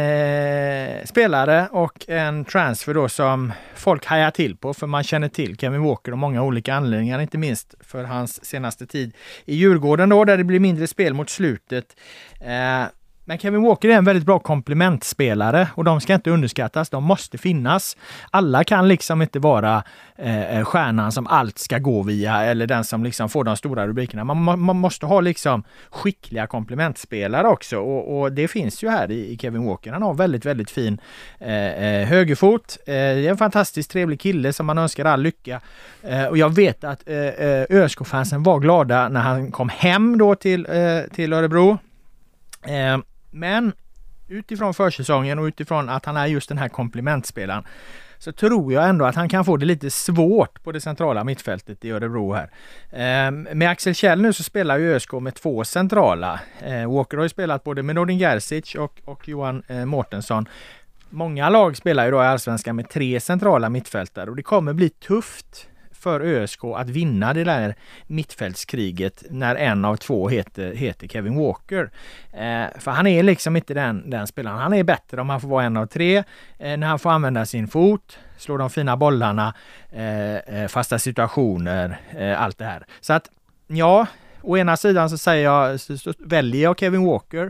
eh, spelare och en transfer då som folk hajar till på, för man känner till Kevin Walker och många olika anledningar, inte minst för hans senaste tid i Djurgården då, där det blir mindre spel mot slutet. Eh, Men Kevin Walker är en väldigt bra komplementspelare och de ska inte underskattas, de måste finnas. Alla kan liksom inte vara eh, stjärnan som allt ska gå via eller den som liksom får de stora rubrikerna. Man, man måste ha liksom skickliga komplementspelare också och, och det finns ju här i, i Kevin Walker. Han har väldigt, väldigt fin eh, högerfot. Eh, det är en fantastiskt trevlig kille som man önskar all lycka. Eh, och jag vet att eh, ÖSK-fansen var glada när han kom hem då till, eh, till Örebro. Eh, Men utifrån försäsongen och utifrån att han är just den här komplementspelaren så tror jag ändå att han kan få det lite svårt på det centrala mittfältet i Örebro här. Eh, med Axel Kjell nu så spelar ju ÖSK med två centrala. Eh, Walker har ju spelat både med Nordin Gerzic och, och Johan eh, Mårtensson. Många lag spelar ju då i Allsvenskan med tre centrala mittfältare och det kommer bli tufft för ÖSK att vinna det där mittfältskriget när en av två heter, heter Kevin Walker. Eh, för han är liksom inte den, den spelaren. Han är bättre om han får vara en av tre. Eh, när han får använda sin fot, slå de fina bollarna, eh, fasta situationer, eh, allt det här. Så att, ja, å ena sidan så säger jag, så, så väljer jag Kevin Walker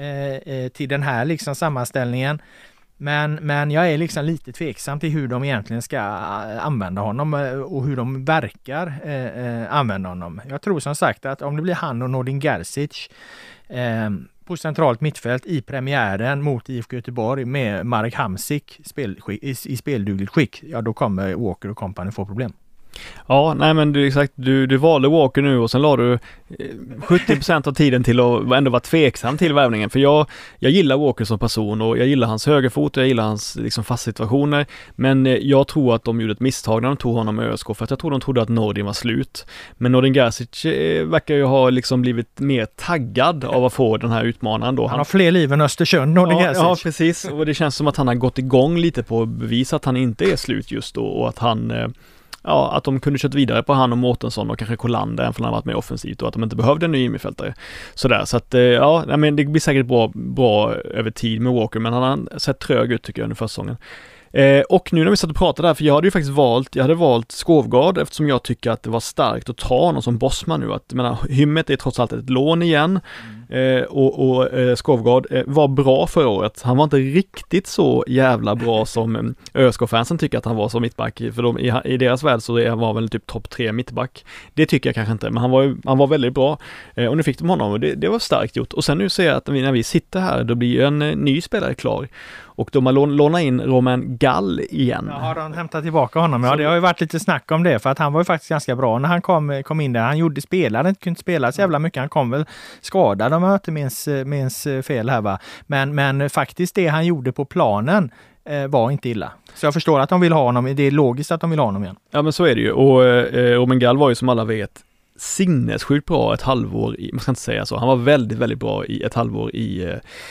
eh, till den här liksom sammanställningen. Men, men jag är liksom lite tveksam till hur de egentligen ska använda honom och hur de verkar eh, använda honom. Jag tror som sagt att om det blir han och Nordin Gerzic eh, på centralt mittfält i premiären mot I F K Göteborg med Marek Hamsik spel, i, i speldugligt skick, ja då kommer Walker och company få problem. Ja, nej men du exakt, du, du valde Walker nu och sen la du sjuttio procent av tiden till att ändå vara tveksam till värvningen, för jag, jag gillar Walker som person och jag gillar hans högerfot och jag gillar hans liksom fast situationer, men jag tror att de gjorde ett misstag när de tog honom med ÖSK, för att jag tror de trodde att Nordin var slut, men Nordin Gerzic verkar ju ha liksom blivit mer taggad av att få den här utmanaren då. Han har fler liv än Östersund, Nordin ja, Gerzic. Ja, precis, och det känns som att han har gått igång lite på att bevisa att han inte är slut just då och att han ja, att de kunde kört vidare på han och Mårtensson och kanske Kolander, även för han har varit mer offensivt och att de inte behövde en ny innermittfältare. Sådär, så att ja, men det blir säkert bra, bra över tid med Walker, men han har sett trög ut tycker jag under försäsongen. Eh, och nu när vi satt och pratade här, för jag hade ju faktiskt valt, jag hade valt Skovgard eftersom jag tycker att det var starkt att ta någon som bossman nu. Att, jag menar, Hymmet är trots allt ett lån igen mm. eh, och, och eh, Skovgard eh, var bra förra året. Han var inte riktigt så jävla bra som eh, ÖSK-fansen tycker att han var som mittback. För de, i, i deras värld så är, var väl typ topp tre mittback. Det tycker jag kanske inte, men han var, han var väldigt bra. Eh, och nu fick de honom och det, det var starkt gjort. Och sen nu ser jag att vi, när vi sitter här, då blir en eh, ny spelare klar. Och de har lån, lånat in Roman Gall igen. Ja, har de hämtat tillbaka honom? Ja, det har ju varit lite snack om det, för att han var ju faktiskt ganska bra när han kom, kom in där. Han gjorde spelare, inte kunde spela så jävla mycket. Han kom väl skadad om jag inte minns, minns fel här, va. Men, men faktiskt det han gjorde på planen eh, var inte illa. Så jag förstår att de vill ha honom, det är logiskt att de vill ha honom igen. Ja men så är det ju, och eh, Roman Gall var ju som alla vet sinnessjukt bra ett halvår i, man ska inte säga så, han var väldigt, väldigt bra i ett halvår i,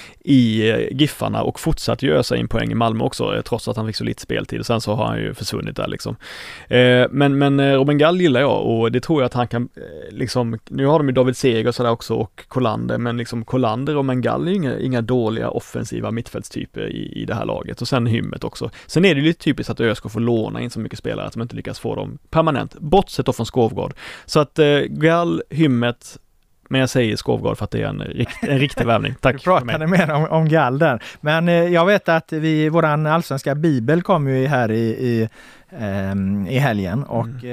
i Giffarna och fortsatte göra sig in poäng i Malmö också, trots att han fick så lite speltid. Sen så har han ju försvunnit där liksom. Eh, men, men Roman Gall gillar jag och det tror jag att han kan, eh, liksom, nu har de ju David Seger och sådär också och Kolander, men liksom Kolander och Roman Gall är ju inga, inga dåliga offensiva mittfältstyper i, i det här laget. Och sen Hymmet också. Sen är det ju lite typiskt att ÖSK får låna in så mycket spelare att de inte lyckas få dem permanent, bortsett då från Skovgård. Så att eh, Gall, Hymmet, men jag säger Skovgård för att det är en, rikt, en riktig värvning. Tack. Du pratade mer om, om Gall där. Men eh, jag vet att vi, våran allsvenska bibel kom ju här i, i, eh, i helgen och mm.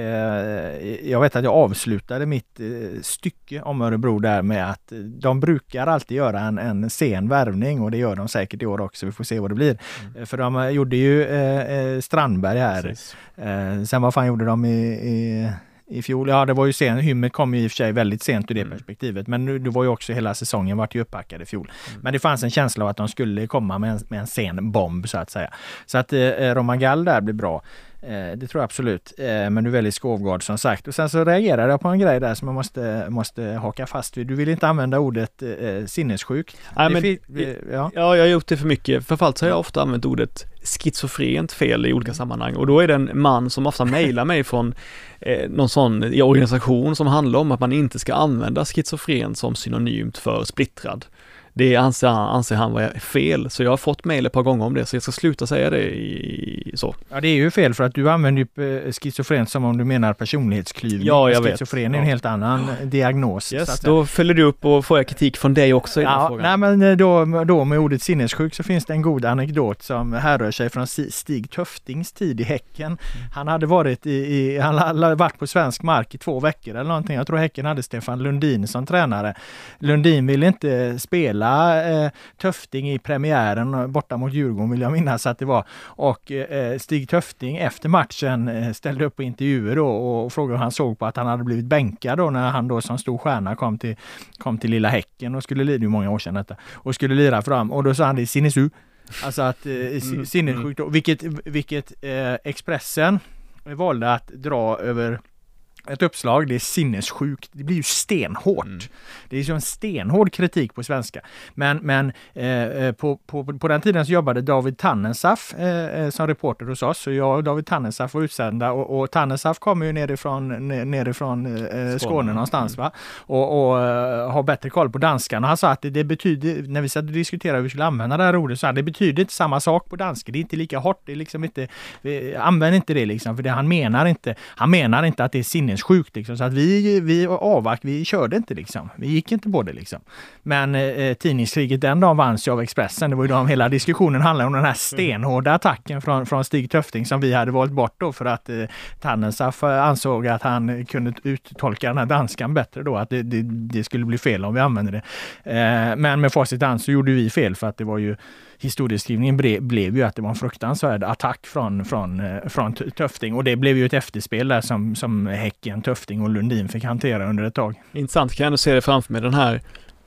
eh, jag vet att jag avslutade mitt eh, stycke om Örebro där med att de brukar alltid göra en, en sen värvning och det gör de säkert i år också. Vi får se vad det blir. Mm. För de gjorde ju eh, Strandberg här. Eh, sen vad fan gjorde de i... i i fjol, ja det var ju sen, Hymmet kom ju i och för sig väldigt sent ur det mm. perspektivet, men nu, det var ju också hela säsongen vart ju upppackad i fjol. Mm. Men det fanns en känsla av att de skulle komma med en, med en sen bomb så att säga. Så att eh, Roman Gall där blir bra. Eh, det tror jag absolut. Eh, men du väljer Skovgård som sagt. Och sen så reagerade jag på en grej där som jag måste, måste haka fast vid. Du vill inte använda ordet eh, sinnessjuk. Nej, men, fi- ja. ja, jag har gjort det för mycket. Förfallt så har jag ofta använt ordet schizofrent fel i olika mm. sammanhang. Och då är det en man som ofta mejlar mig från eh, någon sån i organisation som handlar om att man inte ska använda schizofren som synonymt för splittrad. Det anser han, anser han var fel, så jag har fått mejl ett par gånger om det, så jag ska sluta säga det i, så. Ja, det är ju fel för att du använder ju schizofren som om du menar personlighetsklyvning. Ja, jag vet. Schizofren är en helt annan ja. diagnos. Yes, då följer du upp och får jag kritik från dig också i ja, den här frågan. Nej, men då, då med ordet sinnessjuk så finns det en god anekdot som härrör sig från Stig Töftings tid i Häcken. Mm. Han hade varit i, i han hade varit på svensk mark i två veckor eller någonting. Jag tror Häcken hade Stefan Lundin som tränare. Lundin ville inte spela Eh, Töfting i premiären borta mot Djurgården vill jag minnas att det var, och eh, Stig Töfting efter matchen eh, ställde upp på intervjuer då och frågade hur han såg på att han hade blivit bänkad då när han då som stor stjärna kom till, kom till lilla Häcken och skulle lira, det är många år sedan detta, och skulle lira fram, och då sa han det i sinnesu, alltså att eh, sinnessjukt då, vilket, vilket eh, Expressen valde att dra över ett uppslag, det är sinnessjukt. Det blir ju stenhårt. Mm. Det är ju en stenhård kritik på svenska. Men, men eh, på, på, på den tiden så jobbade David Tannensaf eh, som reporter hos oss. Så jag och David Tannensaf var utsända. Och, och Tannensaf kommer ju nerifrån, nerifrån eh, Skåne. Skåne någonstans. Va? Och, och uh, har bättre koll på danskarna. Han sa att det, det betyder, när vi satt och diskuterade hur vi skulle använda det här ordet, så att det betyder inte samma sak på danska. Det är inte lika hårt. Det är liksom inte, vi, använd inte det liksom. För det han menar inte. Han menar inte att det är sinnes sjukt liksom, så att vi, vi avvakt, vi körde inte liksom. Vi gick inte på det liksom. Men eh, tidningskriget den dagen vanns av Expressen. Det var ju då hela diskussionen handlade om den här stenhårda attacken från, från Stig Töfting som vi hade valt bort då för att eh, Tannensaf ansåg att han kunde uttolka den här danskan bättre då, att det, det, det skulle bli fel om vi använde det. Eh, men med facit hand så gjorde vi fel för att det var ju historieskrivningen bre, blev ju att det var en fruktansvärd attack från, från, från Töfting, och det blev ju ett efterspel där som, som Häcken, Töfting och Lundin fick hantera under ett tag. Intressant, kan jag ändå se det framför mig, den här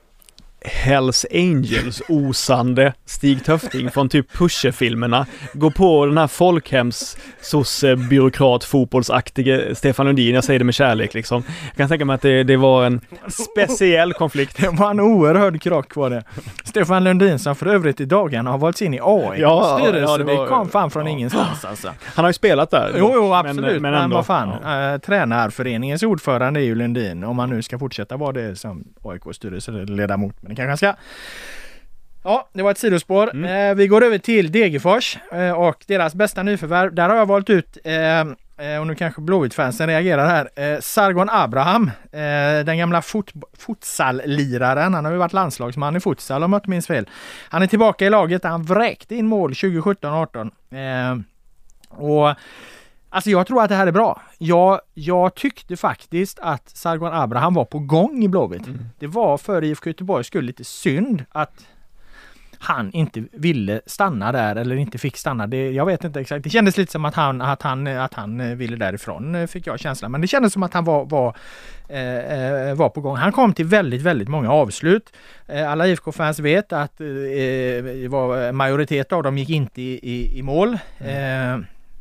Hells Angels osande Stig Töfting från typ Pusher-filmerna går på den här folkhems sosse byråkrat fotbollsaktige Stefan Lundin. Jag säger det med kärlek liksom. Jag kan tänka mig att det, det var en speciell konflikt. Det var en oerhörd krock var det. Stefan Lundin som för övrigt i dagarna har valts in i A I ja, styrelse. Ja, det, var, det kom fan från ja. ingenstans alltså. Han har ju spelat där. Jo, jo absolut. Men, men, men vad fan. Ja. Äh, tränarföreningens ordförande är ju Lundin. Om man nu ska fortsätta vara det som A I K-styrelse eller ledamot. Men det kanske ska. Ja, det var ett sidospår. Mm. Eh, vi går över till Degerfors eh, och deras bästa nyförvärv. Där har jag valt ut, eh, och nu kanske Blåvitt-fansen reagerar här, eh, Sargon Abraham, eh, den gamla fot- futsal-liraren. Han har ju varit landslagsman i futsal om jag inte minns fel. Han är tillbaka i laget. Han vräkte in mål tjugo sjutton arton. Eh, och alltså jag tror att det här är bra. Jag, jag tyckte faktiskt att Sargon Abraham var på gång i Blåvitt. Mm. Det var för I F K Göteborg skulle lite synd att han inte ville stanna där eller inte fick stanna. Det, jag vet inte exakt. Det kändes lite som att han, att han, att han ville därifrån, fick jag känslan. Men det kändes som att han var, var, eh, var på gång. Han kom till väldigt, väldigt många avslut. Eh, alla I F K-fans vet att eh, var, majoritet av dem gick inte i, i, i mål. Eh,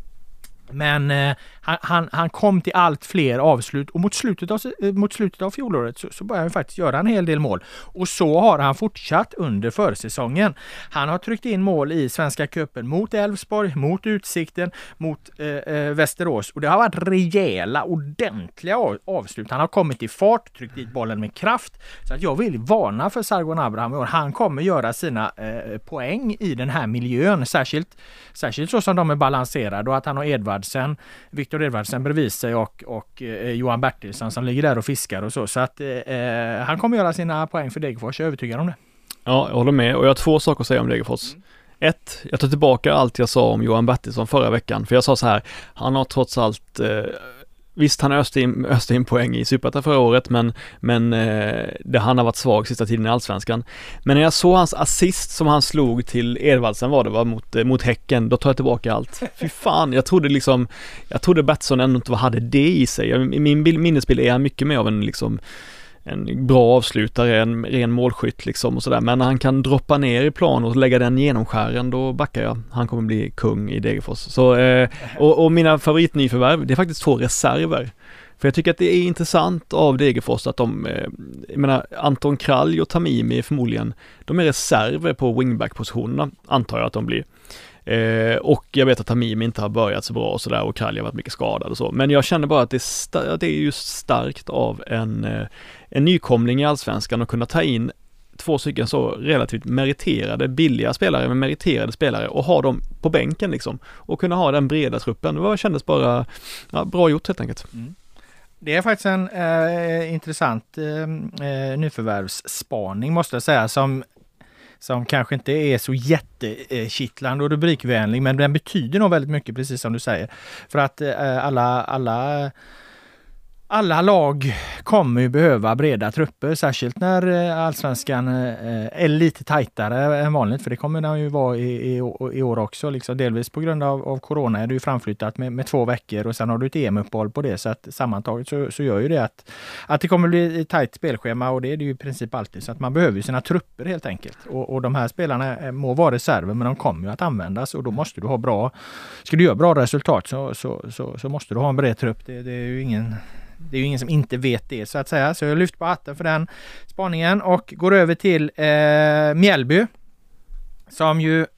Men eh, han, han, han kom till allt fler avslut och mot slutet av, mot slutet av fjolåret så, så började han faktiskt göra en hel del mål. Och så har han fortsatt under försäsongen. Han har tryckt in mål i Svenska cupen mot Elfsborg, mot Utsikten, mot eh, eh, Västerås. Och det har varit rejäla, ordentliga avslut. Han har kommit i fart, tryckt dit bollen med kraft. Så att jag vill varna för Sargon Abraham i år. Han kommer göra sina eh, poäng i den här miljön. Särskilt, särskilt så som de är balanserade och att han har Edvard Edvardsen, Viktor Edvardsen bredvid sig och, och eh, Johan Bertilsson som ligger där och fiskar och så. Så att eh, han kommer göra sina poäng för Degerfors, jag är övertygad om det. Ja, jag håller med och jag har två saker att säga om Degerfors. Mm. Ett, jag tar tillbaka allt jag sa om Johan Bertilsson förra veckan. För jag sa så här, han har trots allt... Eh, Visst, han öste in, öste in poäng i Superettan förra året, men, men eh, det, han har varit svag sista tiden i Allsvenskan. Men när jag såg hans assist som han slog till Edvardsen var det var mot, eh, mot Häcken, då tar jag tillbaka allt. Fy fan, jag trodde liksom, jag trodde Bertilsson ändå inte hade det i sig. I min minnesbild är han mycket mer av en liksom en bra avslutare, en ren målskytt liksom och sådär. Men när han kan droppa ner i plan och lägga den genomskären, då backar jag. Han kommer bli kung i Degerfors. Så, eh, och, och mina favoritnyförvärv, det är faktiskt två reserver. För jag tycker att det är intressant av Degerfors att de, eh, jag menar, Anton Kralj och Tamimi är förmodligen, de är reserver på wingback-positionerna, antar jag att de blir. Eh, och jag vet att Tamimi inte har börjat så bra och sådär, och Kralj har varit mycket skadad och så. Men jag känner bara att det är, sta- att det är just starkt av en, eh, en nykomling i Allsvenskan att kunna ta in två stycken så relativt meriterade, billiga spelare, men meriterade spelare och ha dem på bänken liksom. Och kunna ha den breda truppen. Det kändes bara ja, bra gjort helt enkelt. Mm. Det är faktiskt en eh, intressant eh, nyförvärvsspaning måste jag säga, som som kanske inte är så jättekittlande och rubrikvänlig, men den betyder nog väldigt mycket, precis som du säger. För att eh, alla, alla, alla lag kommer ju behöva breda trupper, särskilt när Allsvenskan eh, är lite tajtare än vanligt, för det kommer den ju vara i, i, i år också. Liksom. Delvis på grund av, av corona är det ju framflyttat med, med två veckor och sen har du ett E M-uppehåll på det, så att sammantaget så, så gör ju det att, att det kommer bli ett tajt spelschema, och det är det ju i princip alltid, så att man behöver ju sina trupper helt enkelt. Och, och de här spelarna må vara reserver, men de kommer ju att användas, och då måste du ha bra, ska du göra bra resultat så, så, så, så måste du ha en bred trupp. Det, det är ju ingen Det är ju ingen som inte vet det, så att säga. Så jag lyft på hatten för den spaningen och går över till eh, Mjällby. Som ju,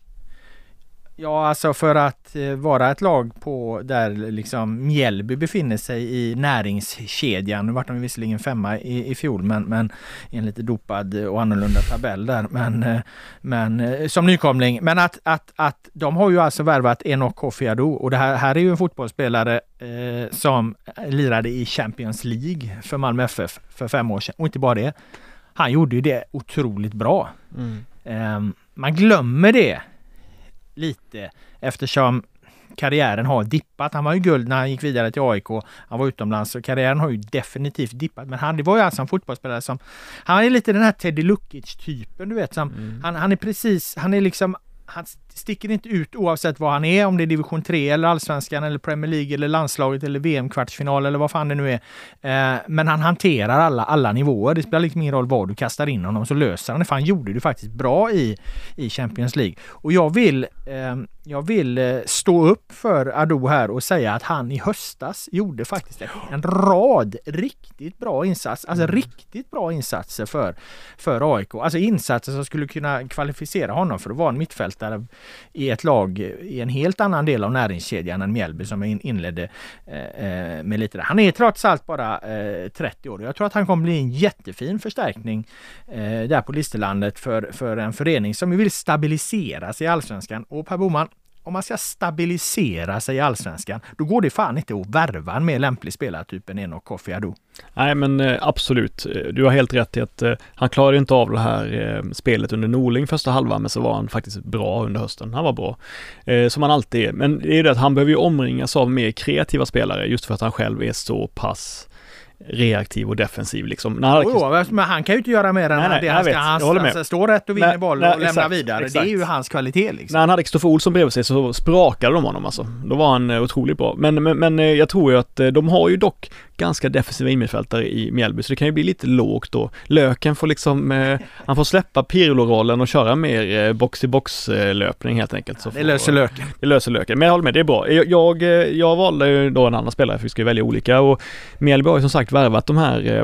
ja alltså för att eh, vara ett lag på där liksom Mjällby befinner sig i näringskedjan. Nu vart de visserligen femma i, i fjol, men, men i en lite dopad och annorlunda tabell där. Men, eh, men eh, som nykomling. Men att, att, att de har ju alltså värvat Enoch Kofi Adu, och det här, här är ju en fotbollsspelare eh, som lirade i Champions League för Malmö F F för fem år sedan. Och inte bara det. Han gjorde ju det otroligt bra. Mm. Eh, man glömmer det lite eftersom karriären har dippat. Han var ju guld när han gick vidare till A I K. Han var utomlands, så karriären har ju definitivt dippat. Men han det var ju alltså en fotbollsspelare som, han är lite den här Teddy Lukic-typen, du vet. Som, mm. han, han är precis, han är liksom, han sticker inte ut oavsett vad han är, om det är division tre eller Allsvenskan eller Premier League eller landslaget eller V M-kvartsfinal eller vad fan det nu är. Eh, men han hanterar alla, alla nivåer. Det spelar liksom ingen roll vad du kastar in honom, så löser han det. För han gjorde det faktiskt bra i, i Champions League. Och jag vill, eh, jag vill eh, stå upp för Adu här och säga att han i höstas gjorde faktiskt en rad riktigt bra insatser. Alltså mm. riktigt bra insatser för, för A I K. Alltså insatser som skulle kunna kvalificera honom för att vara en mittfältare i ett lag i en helt annan del av näringskedjan än Mjällby, som in, inledde eh, med lite där. Han är trots allt bara eh, trettio år. Jag tror att han kommer bli en jättefin förstärkning eh, där på Listerlandet för, för en förening som vill stabilisera sig i Allsvenskan. Och Per Boman, om man ska stabilisera sig i Allsvenskan, då går det fan inte att värva en mer lämplig spelartypen än Kofi Adu. Nej, men eh, absolut. Du har helt rätt i att eh, han klarade inte av det här eh, spelet under Norling första halvan, men så var han faktiskt bra under hösten. Han var bra, eh, som han alltid är. Men det är ju det att han behöver ju omringas av mer kreativa spelare, just för att han själv är så pass reaktiv och defensiv liksom. När han, jo, men han kan ju inte göra mer än nej, nej, det han ska. Han, han alltså, står rätt och vinner nej, boll och nej, lämnar exakt, vidare. Exakt. Det är ju hans kvalitet liksom. När han hade Kristoffer Olsson bredvid sig så sprakade de honom alltså. Då var han uh, otroligt bra. Men, men, men jag tror ju att uh, de har ju dock ganska defensiva innermittfältare i Mjällby, så det kan ju bli lite lågt då. Löken får liksom, uh, han får släppa Pirlo-rollen och köra mer uh, box-i-box-löpning helt enkelt. Så det löser Löken. Det löser Löken. Men jag håller med, det är bra. Jag, jag, jag valde ju då en annan spelare för vi ska ju välja olika, och Mjällby har ju som sagt värvat de här uh,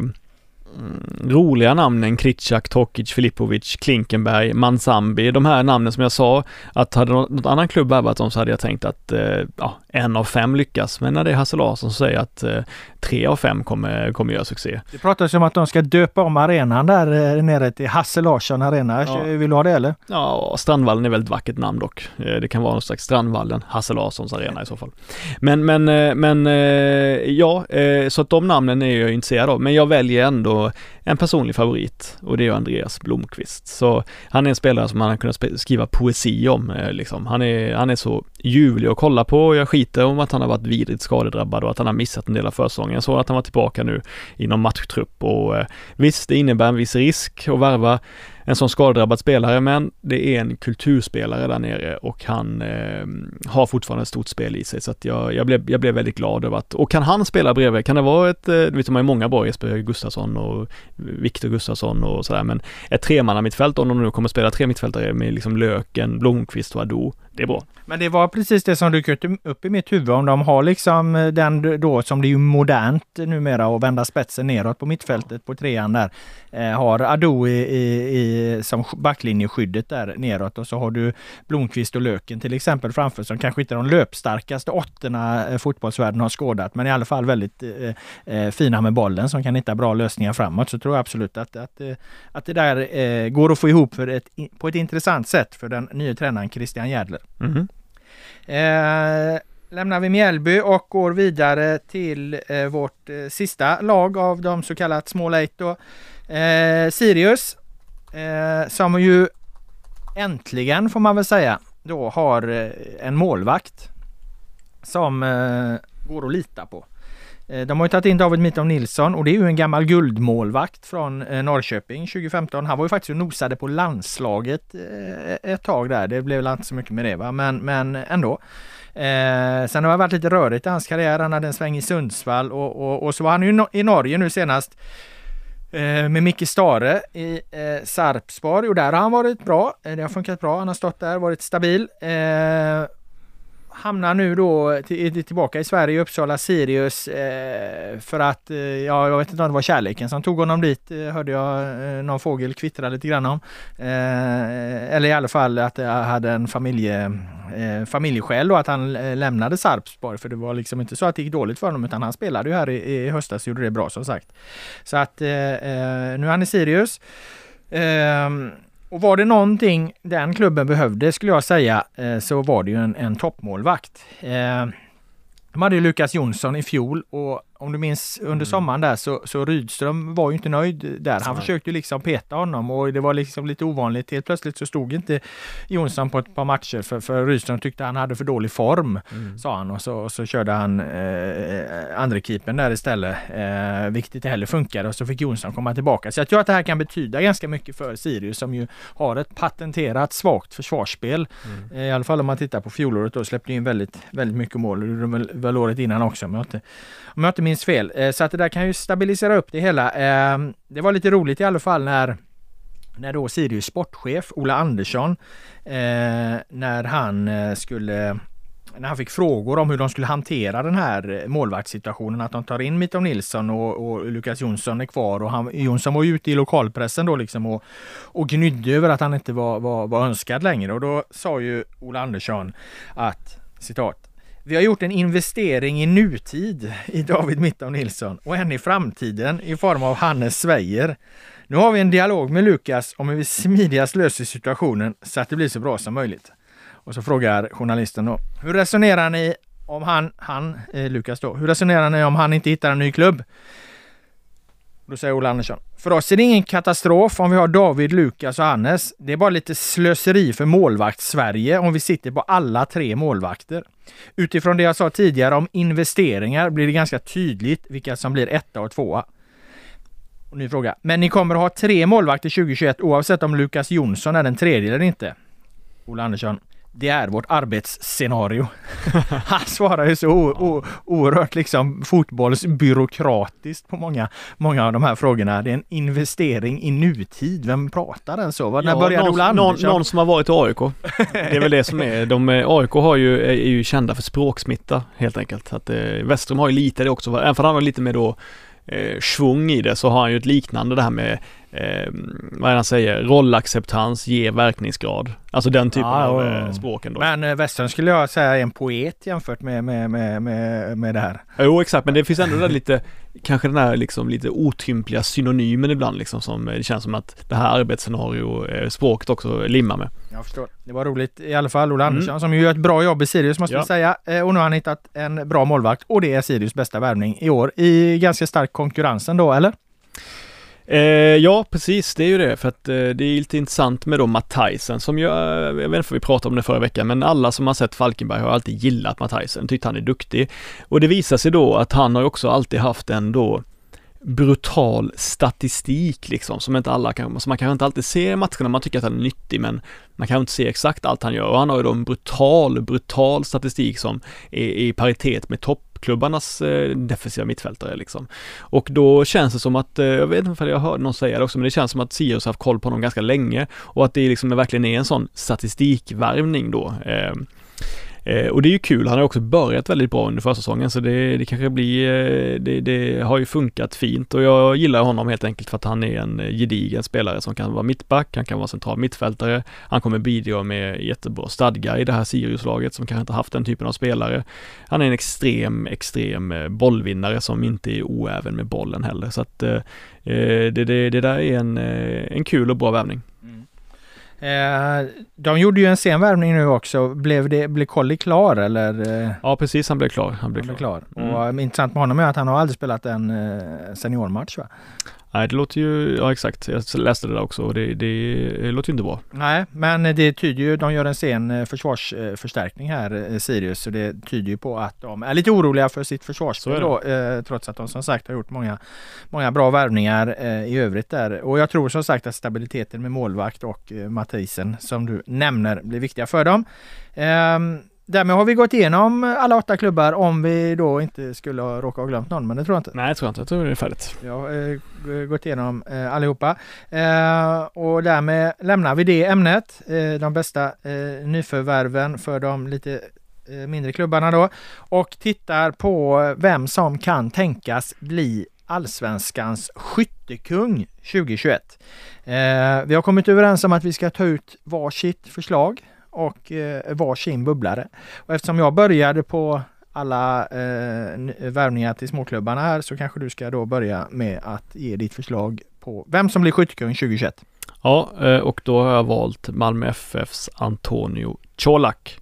Mm, roliga namnen Kritschak, Tokic, Filipovic, Klinkenberg, Mansambi, de här namnen som jag sa, att hade något, något annan klubb värvat dem så hade jag tänkt att eh, ja, en av fem lyckas, men när det är Hasse Larsson så säger jag att eh, tre av fem kommer, kommer göra succé. Det pratas om att de ska döpa om arenan där eh, nere till Hasse Larsson arena. Ja. Vill du ha det eller? Ja, Strandvallen är väldigt vackert namn dock. Eh, det kan vara någon slags Strandvallen, Hasse Larssons arena i så fall. Men, men, eh, men eh, ja, eh, så att de namnen är jag intresserad av, men jag väljer ändå en personlig favorit, och det är Andreas Blomqvist. Så han är en spelare som man har kunnat skriva poesi om liksom. Han är, han är så ljuvlig att kolla på, och jag skiter om att han har varit vidrigt skadedrabbad och att han har missat en del av försäsongen. Så att han var tillbaka nu inom matchtrupp, och eh, visst, det innebär en viss risk att värva en sån skadedrabbad spelare, men det är en kulturspelare där nere, och han eh, har fortfarande ett stort spel i sig, så att jag, jag, blev, jag blev väldigt glad över att, och kan han spela bredvid, kan det vara ett, du vet man är många bra, Jesper Gustafsson och Viktor Gustafsson och sådär, men ett tremanna mittfält, om de nu kommer spela tre mittfältare med liksom Löken, Blomqvist och Ado, det är bra. Men det var precis det som dök upp i mitt huvud, om de har liksom den då som det är ju modernt numera att vända spetsen neråt på mittfältet på trean där, eh, har Ado i, i, i som backlinjeskyddet där neråt, och så har du Blomqvist och Löken till exempel framför, som kanske inte är de löpstarkaste åttorna eh, fotbollsvärlden har skådat, men i alla fall väldigt eh, eh, fina med bollen som kan hitta bra lösningar framåt. Så tror jag absolut att, att, att, att det där eh, går att få ihop för ett, på ett intressant sätt för den nya tränaren Christian Järdler. Mm. Eh, lämnar vi Mjällby och går vidare till eh, vårt eh, sista lag av de så kallat small eight då. Eh, Sirius, eh, som ju äntligen får man väl säga då har eh, en målvakt som eh, går att lita på. Eh, de har ju tagit in David Mitov Nilsson, och det är ju en gammal guldmålvakt från eh, Norrköping tjugo femton. Han var ju faktiskt och nosade på landslaget eh, ett tag där. Det blev väl inte så mycket med det va, men, men ändå. Eh, sen har det varit lite rörigt i hans karriär. Han hade en sväng i Sundsvall, och, och, och så var han ju no- i Norge nu senast eh, med Micke Stare i eh, Sarpsborg, och där har han varit bra. Eh, det har funkat bra. Han har stått där, varit stabil. Eh, hamnar nu då till, tillbaka i Sverige, i Uppsala, Sirius, eh, för att, eh, ja, jag vet inte om det var kärleken som tog honom dit, eh, hörde jag eh, någon fågel kvittra lite grann om. Eh, eller i alla fall att jag hade en familje, eh, familjeskäl då, att han eh, lämnade Sarpsborg, för det var liksom inte så att det gick dåligt för honom, utan han spelade ju här i, i höstas och gjorde det bra som sagt. Så att eh, nu är han i Sirius. Eh, Och var det någonting den klubben behövde, skulle jag säga, eh, så var det ju en, en toppmålvakt. Eh, de hade ju Lukas Jonsson i fjol, och om du minns under mm. sommaren där så, så Rydström var ju inte nöjd där. Han Nej. försökte ju liksom peta honom, och det var liksom lite ovanligt. Helt plötsligt så stod inte Jonsson på ett par matcher, för, för Rydström tyckte han hade för dålig form, mm. sa han. Och så, och så körde han eh, andra keepern där istället, eh, vilket inte heller funkade, och så fick Jonsson komma tillbaka. Så jag tror att det här kan betyda ganska mycket för Sirius, som ju har ett patenterat svagt försvarsspel. Mm. Eh, I alla fall om man tittar på fjolåret, då släppte in väldigt, väldigt mycket mål. Det gjorde de väl året innan också, om jag inte, om jag inte minns fel. Så att det där kan ju stabilisera upp det hela. Det var lite roligt i alla fall när, när då Sirius sportchef Ola Andersson, när han skulle när han fick frågor om hur de skulle hantera den här målvaktssituationen, att de tar in Mitov Nilsson och, och Lukas Jonsson är kvar, och han, Jonsson var ju ute i lokalpressen då liksom och, och gnydde över att han inte var, var, var önskad längre, och då sa ju Ola Andersson att, citat, vi har gjort en investering i nutid i David Mitov Nilsson och en i framtiden i form av Hannes Sveijer. Nu har vi en dialog med Lukas om hur vi smidigast löser situationen så att det blir så bra som möjligt. Och så frågar journalisten då, hur resonerar ni om han, han eh, Lukas då, hur resonerar ni om han inte hittar en ny klubb? Då säger Ola Andersson, För oss är det ingen katastrof om vi har David, Lukas och Hannes. Det är bara lite slöseri för målvakt Sverige om vi sitter på alla tre målvakter. Utifrån det jag sa tidigare om investeringar blir det ganska tydligt vilka som blir etta och tvåa. Och ny fråga. Men ni kommer att ha tre målvakter tjugohundratjugoett oavsett om Lukas Jonsson är den tredje eller inte. Ola Andersson. Det är vårt arbetsscenario. Han svarar ju så o- o- oerhört liksom fotbollsbyråkratiskt på många, många av de här frågorna. Det är en investering i nutid. Vem pratar den så? När ja, började någon, Ola Andersson? Någon, någon som har varit i A I K. Det är väl det som är. De, A I K har ju, är ju kända för språksmitta helt enkelt. Att, eh, Westrum har ju lite det också. Även för han har lite med då eh, svung i det så har han ju ett liknande det här med Eh, vad han säger, rollacceptans ger verkningsgrad. Alltså den typen ja, av och, eh, språken då. Men eh, Western skulle jag säga är en poet jämfört med, med, med, med, med det här. Jo exakt, men det finns ändå där lite, kanske den här liksom lite otympliga synonymen ibland liksom som det känns som att det här arbetsscenario eh, språket också limmar med. Jag förstår. Det var roligt i alla fall Ola Andersson Mm. som ju gör ett bra jobb i Sirius måste Ja. jag säga. Eh, och nu har han hittat en bra målvakt och det är Sirius bästa värvning i år i ganska stark konkurrensen då, eller? Eh, ja, precis. Det är ju det. För att eh, det är lite intressant med då Matthijsen som ju, jag vet inte för vi pratade om det förra veckan, men alla som har sett Falkenberg har alltid gillat Matthijsen, tyckt han är duktig. Och det visar sig då att han har också alltid haft en då brutal statistik liksom, som inte alla kan, som man kanske inte alltid ser i matcherna, man tycker att han är nyttig, men man kan inte se exakt allt han gör. Och han har ju då en brutal, brutal statistik som är i paritet med toppklubbarnas eh, defensiva mittfältare liksom. Och då känns det som att, eh, jag vet inte om jag hörde någon säga det också, men det känns som att Sirius har haft koll på honom ganska länge och att det liksom är verkligen är en sån statistikvärvning då. Eh, Eh, och det är ju kul, han har också börjat väldigt bra under försäsongen så det, det kanske blir, eh, det, det har ju funkat fint och jag gillar honom helt enkelt för att han är en gedigen spelare som kan vara mittback, han kan vara central mittfältare, han kommer bidra med jättebra stadgar i det här Sirius-laget som kanske inte haft den typen av spelare. Han är en extrem, extrem bollvinnare som inte är oäven med bollen heller så att eh, det, det, det där är en, en kul och bra värvning. Eh, de gjorde ju en sen värvning nu också. Blev det blev Colli klar eller? Eh, ja precis, han blev klar. Han blev han klar. blev klar. Mm. Och intressant med honom är att han har aldrig spelat en eh, seniormatch va? Nej, det låter ju, ja exakt, jag läste det där också och det, det, det låter ju inte bra. Nej, men det tyder ju, de gör en sen försvarsförstärkning här, Sirius, så det tyder ju på att de är lite oroliga för sitt försvarsspel då, eh, trots att de som sagt har gjort många, många bra värvningar eh, i övrigt där. Och jag tror som sagt att stabiliteten med målvakt och eh, Matthijsen som du nämner blir viktiga för dem. Eh, Därmed har vi gått igenom alla åtta klubbar om vi då inte skulle ha råkat ha glömt någon, men det tror jag inte. Nej, jag tror inte. Jag tror det är färdigt. Vi har eh, gått igenom eh, allihopa. Eh, och därmed lämnar vi det ämnet. Eh, de bästa eh, nyförvärven för de lite eh, mindre klubbarna då. Och tittar på vem som kan tänkas bli Allsvenskans skyttekung tjugohundratjugoett. Eh, vi har kommit överens om att vi ska ta ut varsitt förslag och eh, varsin bubblare. Och eftersom jag började på alla eh, värvningar till småklubbarna här så kanske du ska då börja med att ge ditt förslag på vem som blir skyttekung tjugohundratjugoett. Ja, och då har jag valt Malmö F F:s Antonio Colak.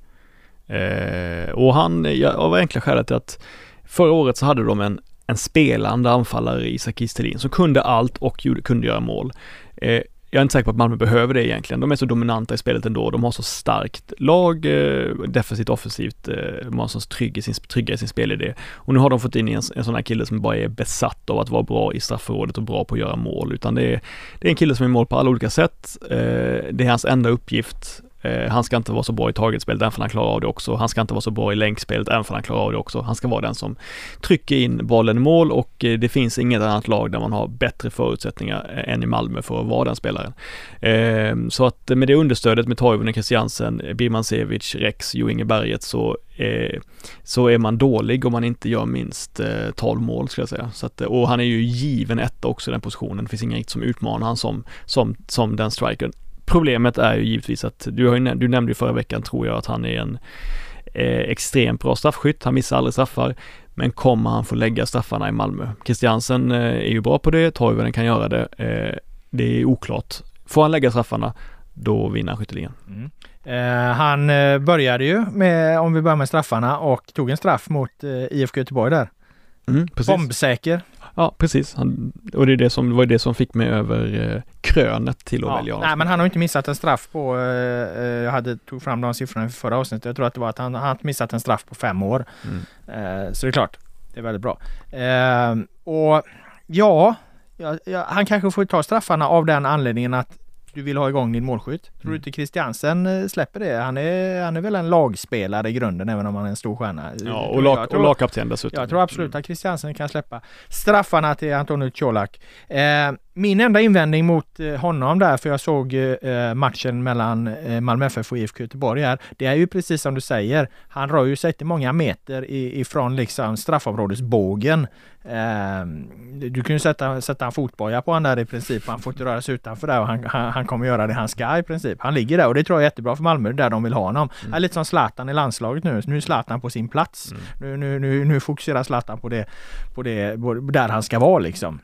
Eh, och han, av enkla skälet till att förra året så hade de en, en spelande anfallare i Isak Kistelin som kunde allt och gjorde, kunde göra mål. Eh, Jag är inte säker på att Malmö behöver det egentligen. De är så dominanta i spelet ändå. De har så starkt lag, eh, defensivt, offensivt. Eh, de har så trygg i sin, trygga i sin spelidé. Och nu har de fått in en, en sån här kille som bara är besatt av att vara bra i straffområdet och bra på att göra mål. Utan det är, det är en kille som är mål på alla olika sätt. Eh, det är hans enda uppgift. Eh, han ska inte vara så bra i targetspelet, även för han klarar av det också. Han ska inte vara så bra i länkspelet, även för han klarar av det också. Han ska vara den som trycker in bollen i mål och eh, det finns inget annat lag där man har bättre förutsättningar än i Malmö för att vara den spelaren. Eh, så att med det understödet med Toivonen, Christiansen, Birmancevic, Rex, Jo Inge Berget så, eh, så är man dålig om man inte gör minst eh, tolv mål skulle jag säga. Så att, och han är ju given etta också i den positionen. Det finns inget som utmanar han som, som, som den strikern. Problemet är ju givetvis att du, har ju näm- du nämnde ju förra veckan tror jag att han är en eh, extremt bra straffskytt. Han missar aldrig straffar. Men kommer han få lägga straffarna i Malmö? Christiansen eh, är ju bra på det. Toivonen kan göra det. Eh, det är oklart. Får han lägga straffarna, då vinner han skytteligan. Mm. Eh, han eh, började ju med, om vi börjar med straffarna, och tog en straff mot eh, I F K Göteborg där. Mm, precis. Bombsäker. Ja, precis. Han, och det, är det, som, det var det som fick mig över eh, krönet till att ja, välja honom. Nej, men han har inte missat en straff på, eh, jag hade tog fram de siffrorna för förra avsnittet. Jag tror att det var att han har missat en straff på fem år. Mm. Eh, så det är klart, det är väldigt bra. Eh, och ja, ja, ja, han kanske får ta straffarna av den anledningen att du vill ha igång din målskytt. Tror du inte Christiansen släpper det? Han är, han är väl en lagspelare i grunden, även om han är en stor stjärna. Ja, och, lag, tror, och lagkapten dessutom. Jag tror absolut att Christiansen kan släppa straffarna till Antonio Colak. Eh, min enda invändning mot eh, honom där, för jag såg eh, matchen mellan eh, Malmö F F och I F K Göteborg här, det är ju precis som du säger. Han rör ju sig till många meter i, ifrån liksom straffområdesbågen. Eh, du kan ju sätta, sätta en fotboja på han där i princip. Han får inte röra sig utanför där och han, han, han kommer göra det han ska i princip. Han ligger där och det tror jag är jättebra för Malmö, där de vill ha honom. Mm. Han är lite som Zlatan i landslaget nu. Nu är Zlatan på sin plats. Mm. Nu, nu, nu, nu fokuserar Zlatan på det, på det där han ska vara liksom.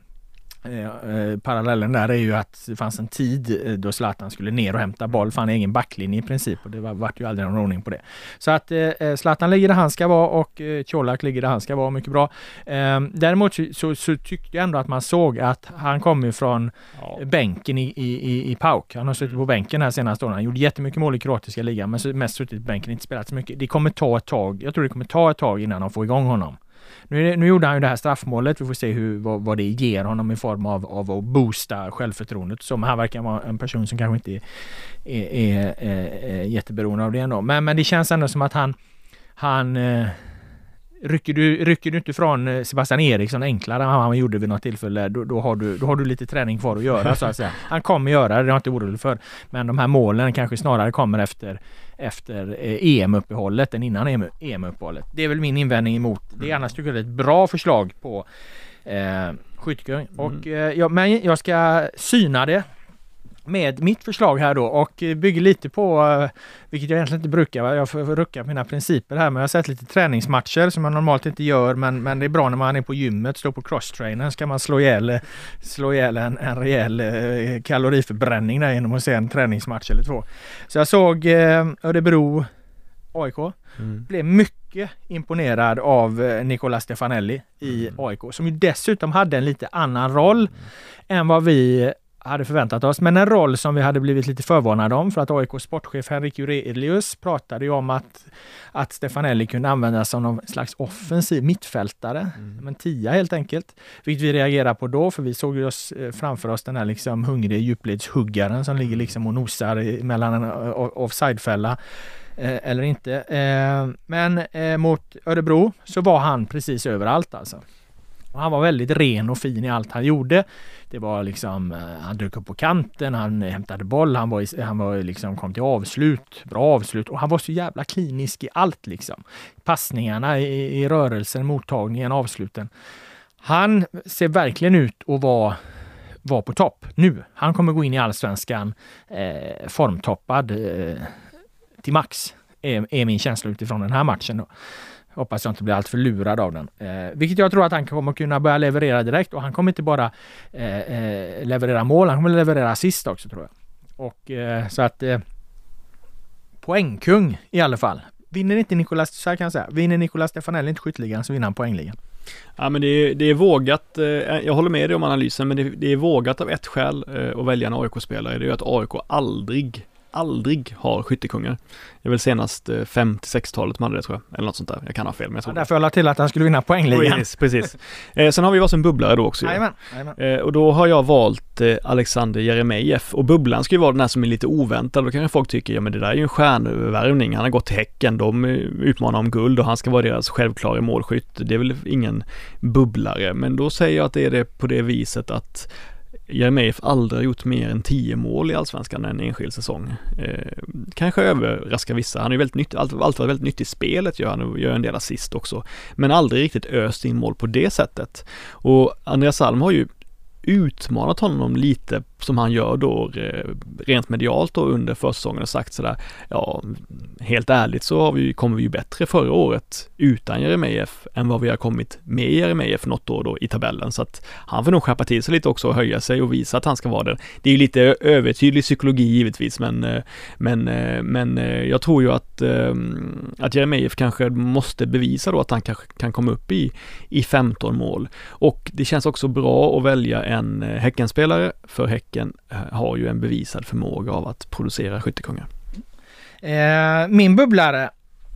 Eh, parallellen där är ju att det fanns en tid då Zlatan skulle ner och hämta boll för han är egen backlinje i princip och det var, vart ju aldrig någon ordning på det. Så att eh, Zlatan ligger där han ska vara och eh, Colak ligger där han ska vara, mycket bra. Eh, däremot så, så, så tyckte jag ändå att man såg att han kom ju från ja. bänken i, i, i P A O K. Han har suttit på bänken här senaste åren. Han gjorde jättemycket mål i kroatiska ligan men mest suttit på bänken, inte spelat så mycket. Det kommer ta ett tag, jag tror det kommer ta ett tag innan de får igång honom. Nu, nu gjorde han ju det här straffmålet. Vi får se hur, vad, vad det ger honom i form av, av att boosta självförtroendet. Som han verkar vara en person som kanske inte är, är, är, är jätteberoende av det ändå. Men, men det känns ändå som att han, han eh, rycker, du, rycker du inte från Sebastian Eriksson enklare än han gjorde vid något tillfälle. Då, då, har du, då har du lite träning kvar att göra så att säga. Han kommer göra det, det är jag inte orolig för. Men de här målen kanske snarare kommer efter efter E M-uppehållet än innan E M-uppehållet. Det är väl min invändning emot. Det är annars tycker jag det är ett bra förslag på eh, skyttekung. Mm. Och, eh, ja, men jag ska syna det med mitt förslag här då och bygger lite på, eh, vilket jag egentligen inte brukar, va? Jag får, får rucka på mina principer här, men jag har sett lite träningsmatcher som man normalt inte gör, men, men det är bra när man är på gymmet, står på crosstrainern, ska man slå ihjäl, slå ihjäl en, en rejäl eh, kaloriförbränning där genom att se en träningsmatch eller två. Så jag såg eh, Örebro A I K, mm. blev mycket imponerad av eh, Nicola Stefanelli i mm. A I K, som ju dessutom hade en lite annan roll mm. än vad vi hade förväntat oss, men en roll som vi hade blivit lite förvånade om, för att A I K sportchef Henrik Jurelius pratade ju om att, att Stefanelli kunde användas som någon slags offensiv mittfältare, mm. en tia helt enkelt, vilket vi reagerade på då, för vi såg ju oss framför oss den här liksom hungriga djupledshuggaren som ligger liksom och nosar mellan en offsidefälla eh, eller inte. Eh, men eh, mot Örebro så var han precis överallt alltså. Och han var väldigt ren och fin i allt han gjorde. Det var liksom, han dök upp på kanten, han hämtade boll, han var, han var liksom, kom till avslut, bra avslut, och han var så jävla klinisk i allt liksom. Passningarna, i, i rörelsen, mottagningen, avsluten. Han ser verkligen ut att vara, vara på topp nu. Han kommer gå in i allsvenskan eh, formtoppad eh, till max, är, är min känsla utifrån den här matchen då. Hoppas jag inte blir allt för lurad av den. Eh, vilket jag tror att han kommer kunna börja leverera direkt. Och han kommer inte bara eh, eh, leverera mål, han kommer leverera assist också tror jag. Och eh, så att eh, poängkung i alla fall. Vinner inte Nicolas, så här kan jag säga, vinner Nicolas Stefanelli inte skytteligan så vinner han poängligan. Ja, men det är, det är vågat, eh, jag håller med dig om analysen, men det, det är vågat av ett skäl eh, att välja en A I K-spelare. Det är ju att A I K aldrig aldrig har skyttekungar. Det är väl senast fem till sex-talet man hade det tror jag. Eller något sånt där. Jag kan ha fel. Men jag tror ja, därför jag la till att han skulle vinna poängligan. Precis, precis. Eh, sen har vi varsin bubblare då också. Jajamän, jajamän. Eh, och då har jag valt eh, Alexander Jeremejeff. Och bubblan ska ju vara den här som är lite oväntad. Då kanske folk tycker, ja men det där är ju en stjärnvärvning. Han har gått till Häcken. De utmanar om guld och han ska vara deras självklara målskytt. Det är väl ingen bubblare. Men då säger jag att det är det på det viset att Jeremejeff aldrig har gjort mer än tio mål i allsvenskan en enskild säsong. Eh, kanske överraskar vissa. Han är ju väldigt nyttig, alltid, alltid varit väldigt nyttig i spelet, gör han och gör en del assist också. Men aldrig riktigt öst in mål på det sättet. Och Andreas Alm har ju utmanat honom lite som han gör då rent medialt då under försäsongen och sagt sådär, ja, helt ärligt så har vi, kommer vi ju bättre förra året utan Jeremejeff än vad vi har kommit med Jeremejeff något år då i tabellen, så att han får nog skärpa till sig lite också och höja sig och visa att han ska vara där. Det är ju lite övertydlig psykologi givetvis, men, men, men jag tror ju att, att Jeremejeff kanske måste bevisa då att han kanske kan komma upp i, i femton mål, och det känns också bra att välja en Häckenspelare, för Häcken har ju en bevisad förmåga av att producera skyttekungar. Eh, min bubblare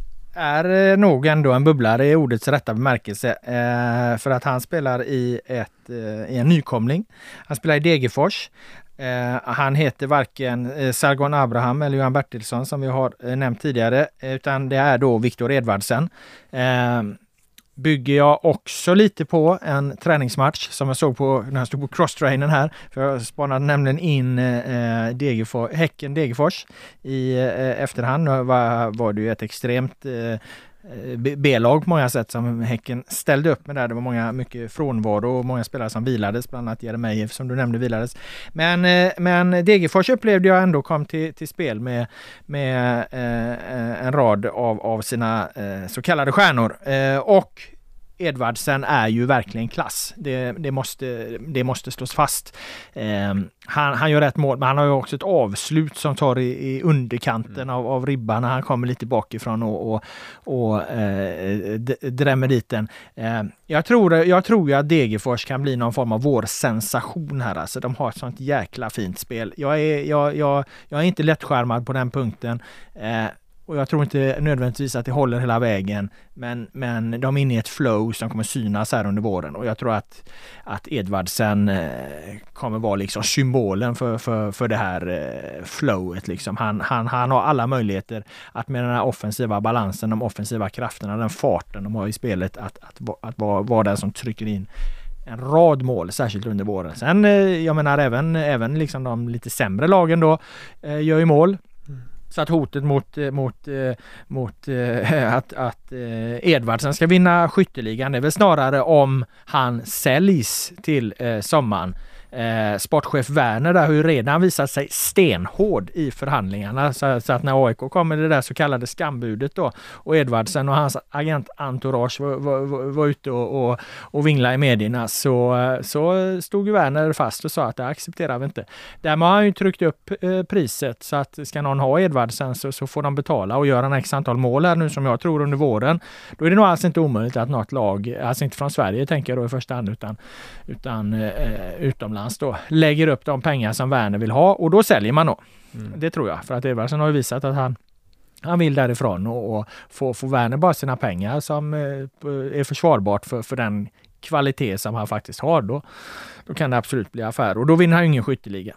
är nog ändå en bubblare i ordets rätta bemärkelse, eh, för att han spelar i, ett, eh, i en nykomling. Han spelar i Degerfors. Eh, han heter varken eh, Sargon Abraham eller Johan Bertilsson som vi har eh, nämnt tidigare, utan det är då Viktor Edvardsen. Eh, bygger jag också lite på en träningsmatch som jag såg på när jag stod på crosstrainen här, för jag spanade nämligen in eh, Degerfors, Häcken Degerfors i eh, efterhand. Var, var det ju ett extremt eh, B-lag på många sätt som Häcken ställde upp med där. Det var många, mycket frånvaro och många spelare som vilades, bland annat Jeremejeff som du nämnde vilades. Men, eh, men Degerfors upplevde jag ändå kom till, till spel med, med eh, en rad av, av sina eh, så kallade stjärnor. Eh, och Edvardsen är ju verkligen klass. Det, det, måste, det måste slås fast. Eh, han, han gör rätt mål, men han har ju också ett avslut som tar i, i underkanten mm. av, av ribban när han kommer lite bakifrån och, och, och eh, d- drämmer dit den. Eh, jag, tror, jag tror ju att Degerfors kan bli någon form av vår sensation här. Alltså, de har ett sånt jäkla fint spel. Jag är, jag, jag, jag är inte lättskärmad på den punkten. Eh, Och jag tror inte nödvändigtvis att det håller hela vägen, men, men de är inne i ett flow som kommer synas här under våren, och jag tror att, att Edvardsen eh, kommer vara liksom symbolen för, för, för det här eh, flowet. Liksom. Han, han, han har alla möjligheter att med den här offensiva balansen, de offensiva krafterna, den farten de har i spelet, att, att, att, att vara, vara den som trycker in en rad mål, särskilt under våren. Sen, eh, jag menar, även, även liksom de lite sämre lagen då eh, gör ju mål. Så att hotet mot, mot, mot att, att Edvardsen ska vinna skytteligan, det är väl snarare om han säljs till sommaren. Eh, sportchef Werner där har ju redan visat sig stenhård i förhandlingarna, så, så att när A I K kommer det där så kallade skambudet då, och Edvardsen och hans agent entourage var, var, var ute och, och, och vingla i medierna, så, så stod ju Werner fast och sa att det accepterar vi inte. Därmed har han ju tryckt upp eh, priset, så att ska någon ha Edvardsen så, så får de betala, och göra en x antal mål här nu som jag tror under våren, då är det nog alls inte omöjligt att något lag, alltså inte från Sverige tänker jag då i första hand, utan, utan eh, utomlands då, lägger upp de pengar som Werner vill ha, och då säljer man då. Mm. Det tror jag, för att Edvardsen har ju visat att han han vill därifrån, och, och få, få Werner bara sina pengar som eh, är försvarbart för, för den kvalitet som han faktiskt har, då, då kan det absolut bli affär, och då vinner han ingen skytteliga.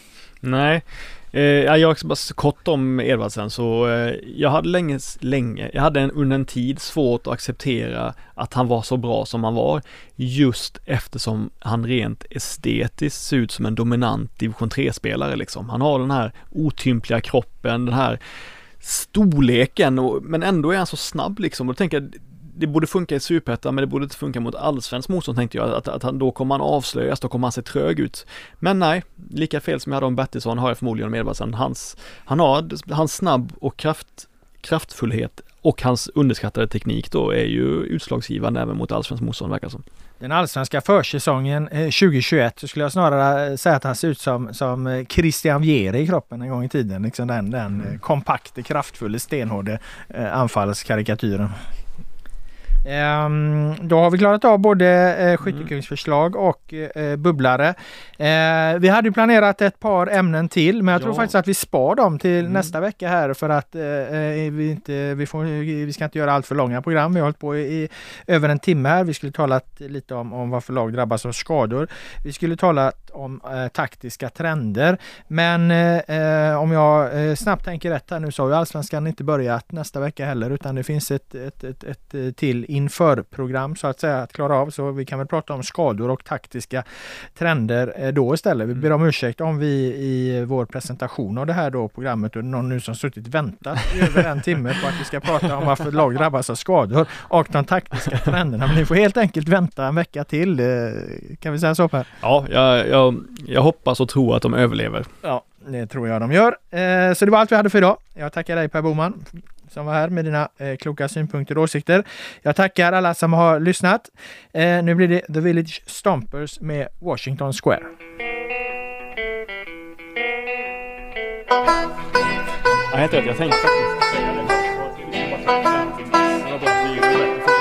Nej, eh, jag också bara så kort om Edvardsen, så eh, jag hade länge, länge jag hade en, under en tid svårt att acceptera att han var så bra som han var, just eftersom han rent estetiskt ser ut som en dominant division tre-spelare liksom. Han har den här otympliga kroppen, den här storleken, och, men ändå är han så snabb liksom, och då tänker jag, det borde funka i Superettan, men det borde inte funka mot allsvensk motstånd, tänkte jag, att, att han, då kommer han avslöjas, då kommer han se trög ut. Men nej, lika fel som jag hade om Bertilsson har jag förmodligen med Edvardsen. Hans, han har, hans snabb och kraft, kraftfullhet och hans underskattade teknik då är ju utslagsgivande även mot allsvensk motstånd, verkar som. Den allsvenska försäsongen tjugohundratjugoett så skulle jag snarare säga att han ser ut som, som Christian Vieri i kroppen en gång i tiden. Liksom den, den mm. kompakte, kraftfulla, stenhårde eh, anfallskarikatyren. Um, då har vi klarat av både eh, skyttekungsförslag och eh, bubblare. Eh, vi hade ju planerat ett par ämnen till, men jag tror ja. faktiskt att vi spar dem till mm. nästa vecka här, för att eh, vi, inte, vi, får, vi ska inte göra allt för långa program. Vi har hållit på i, i över en timme här. Vi skulle tala lite om, om varför lag drabbas av skador. Vi skulle tala om eh, taktiska trender, men eh, om jag eh, snabbt tänker rätt här nu, så har ju allsvenskan inte börjat nästa vecka heller, utan det finns ett, ett, ett, ett till inför-program så att säga att klara av. Så vi kan väl prata om skador och taktiska trender eh, då istället. Vi ber om ursäkt om vi i vår presentation av det här då programmet och någon nu som suttit väntat över en timme på att vi ska prata om varför lag drabbas av skador och de taktiska trenderna. Men ni får helt enkelt vänta en vecka till. Eh, kan vi säga så, Per? Ja, jag, jag, jag hoppas och tror att de överlever. Ja, det tror jag de gör. Eh, så det var allt vi hade för idag. Jag tackar dig, Per Boman, som var här med dina eh, kloka synpunkter och åsikter. Jag tackar alla som har lyssnat. Eh, nu blir det The Village Stompers med Washington Square. Jag heter det, jag tänkte faktiskt säga det.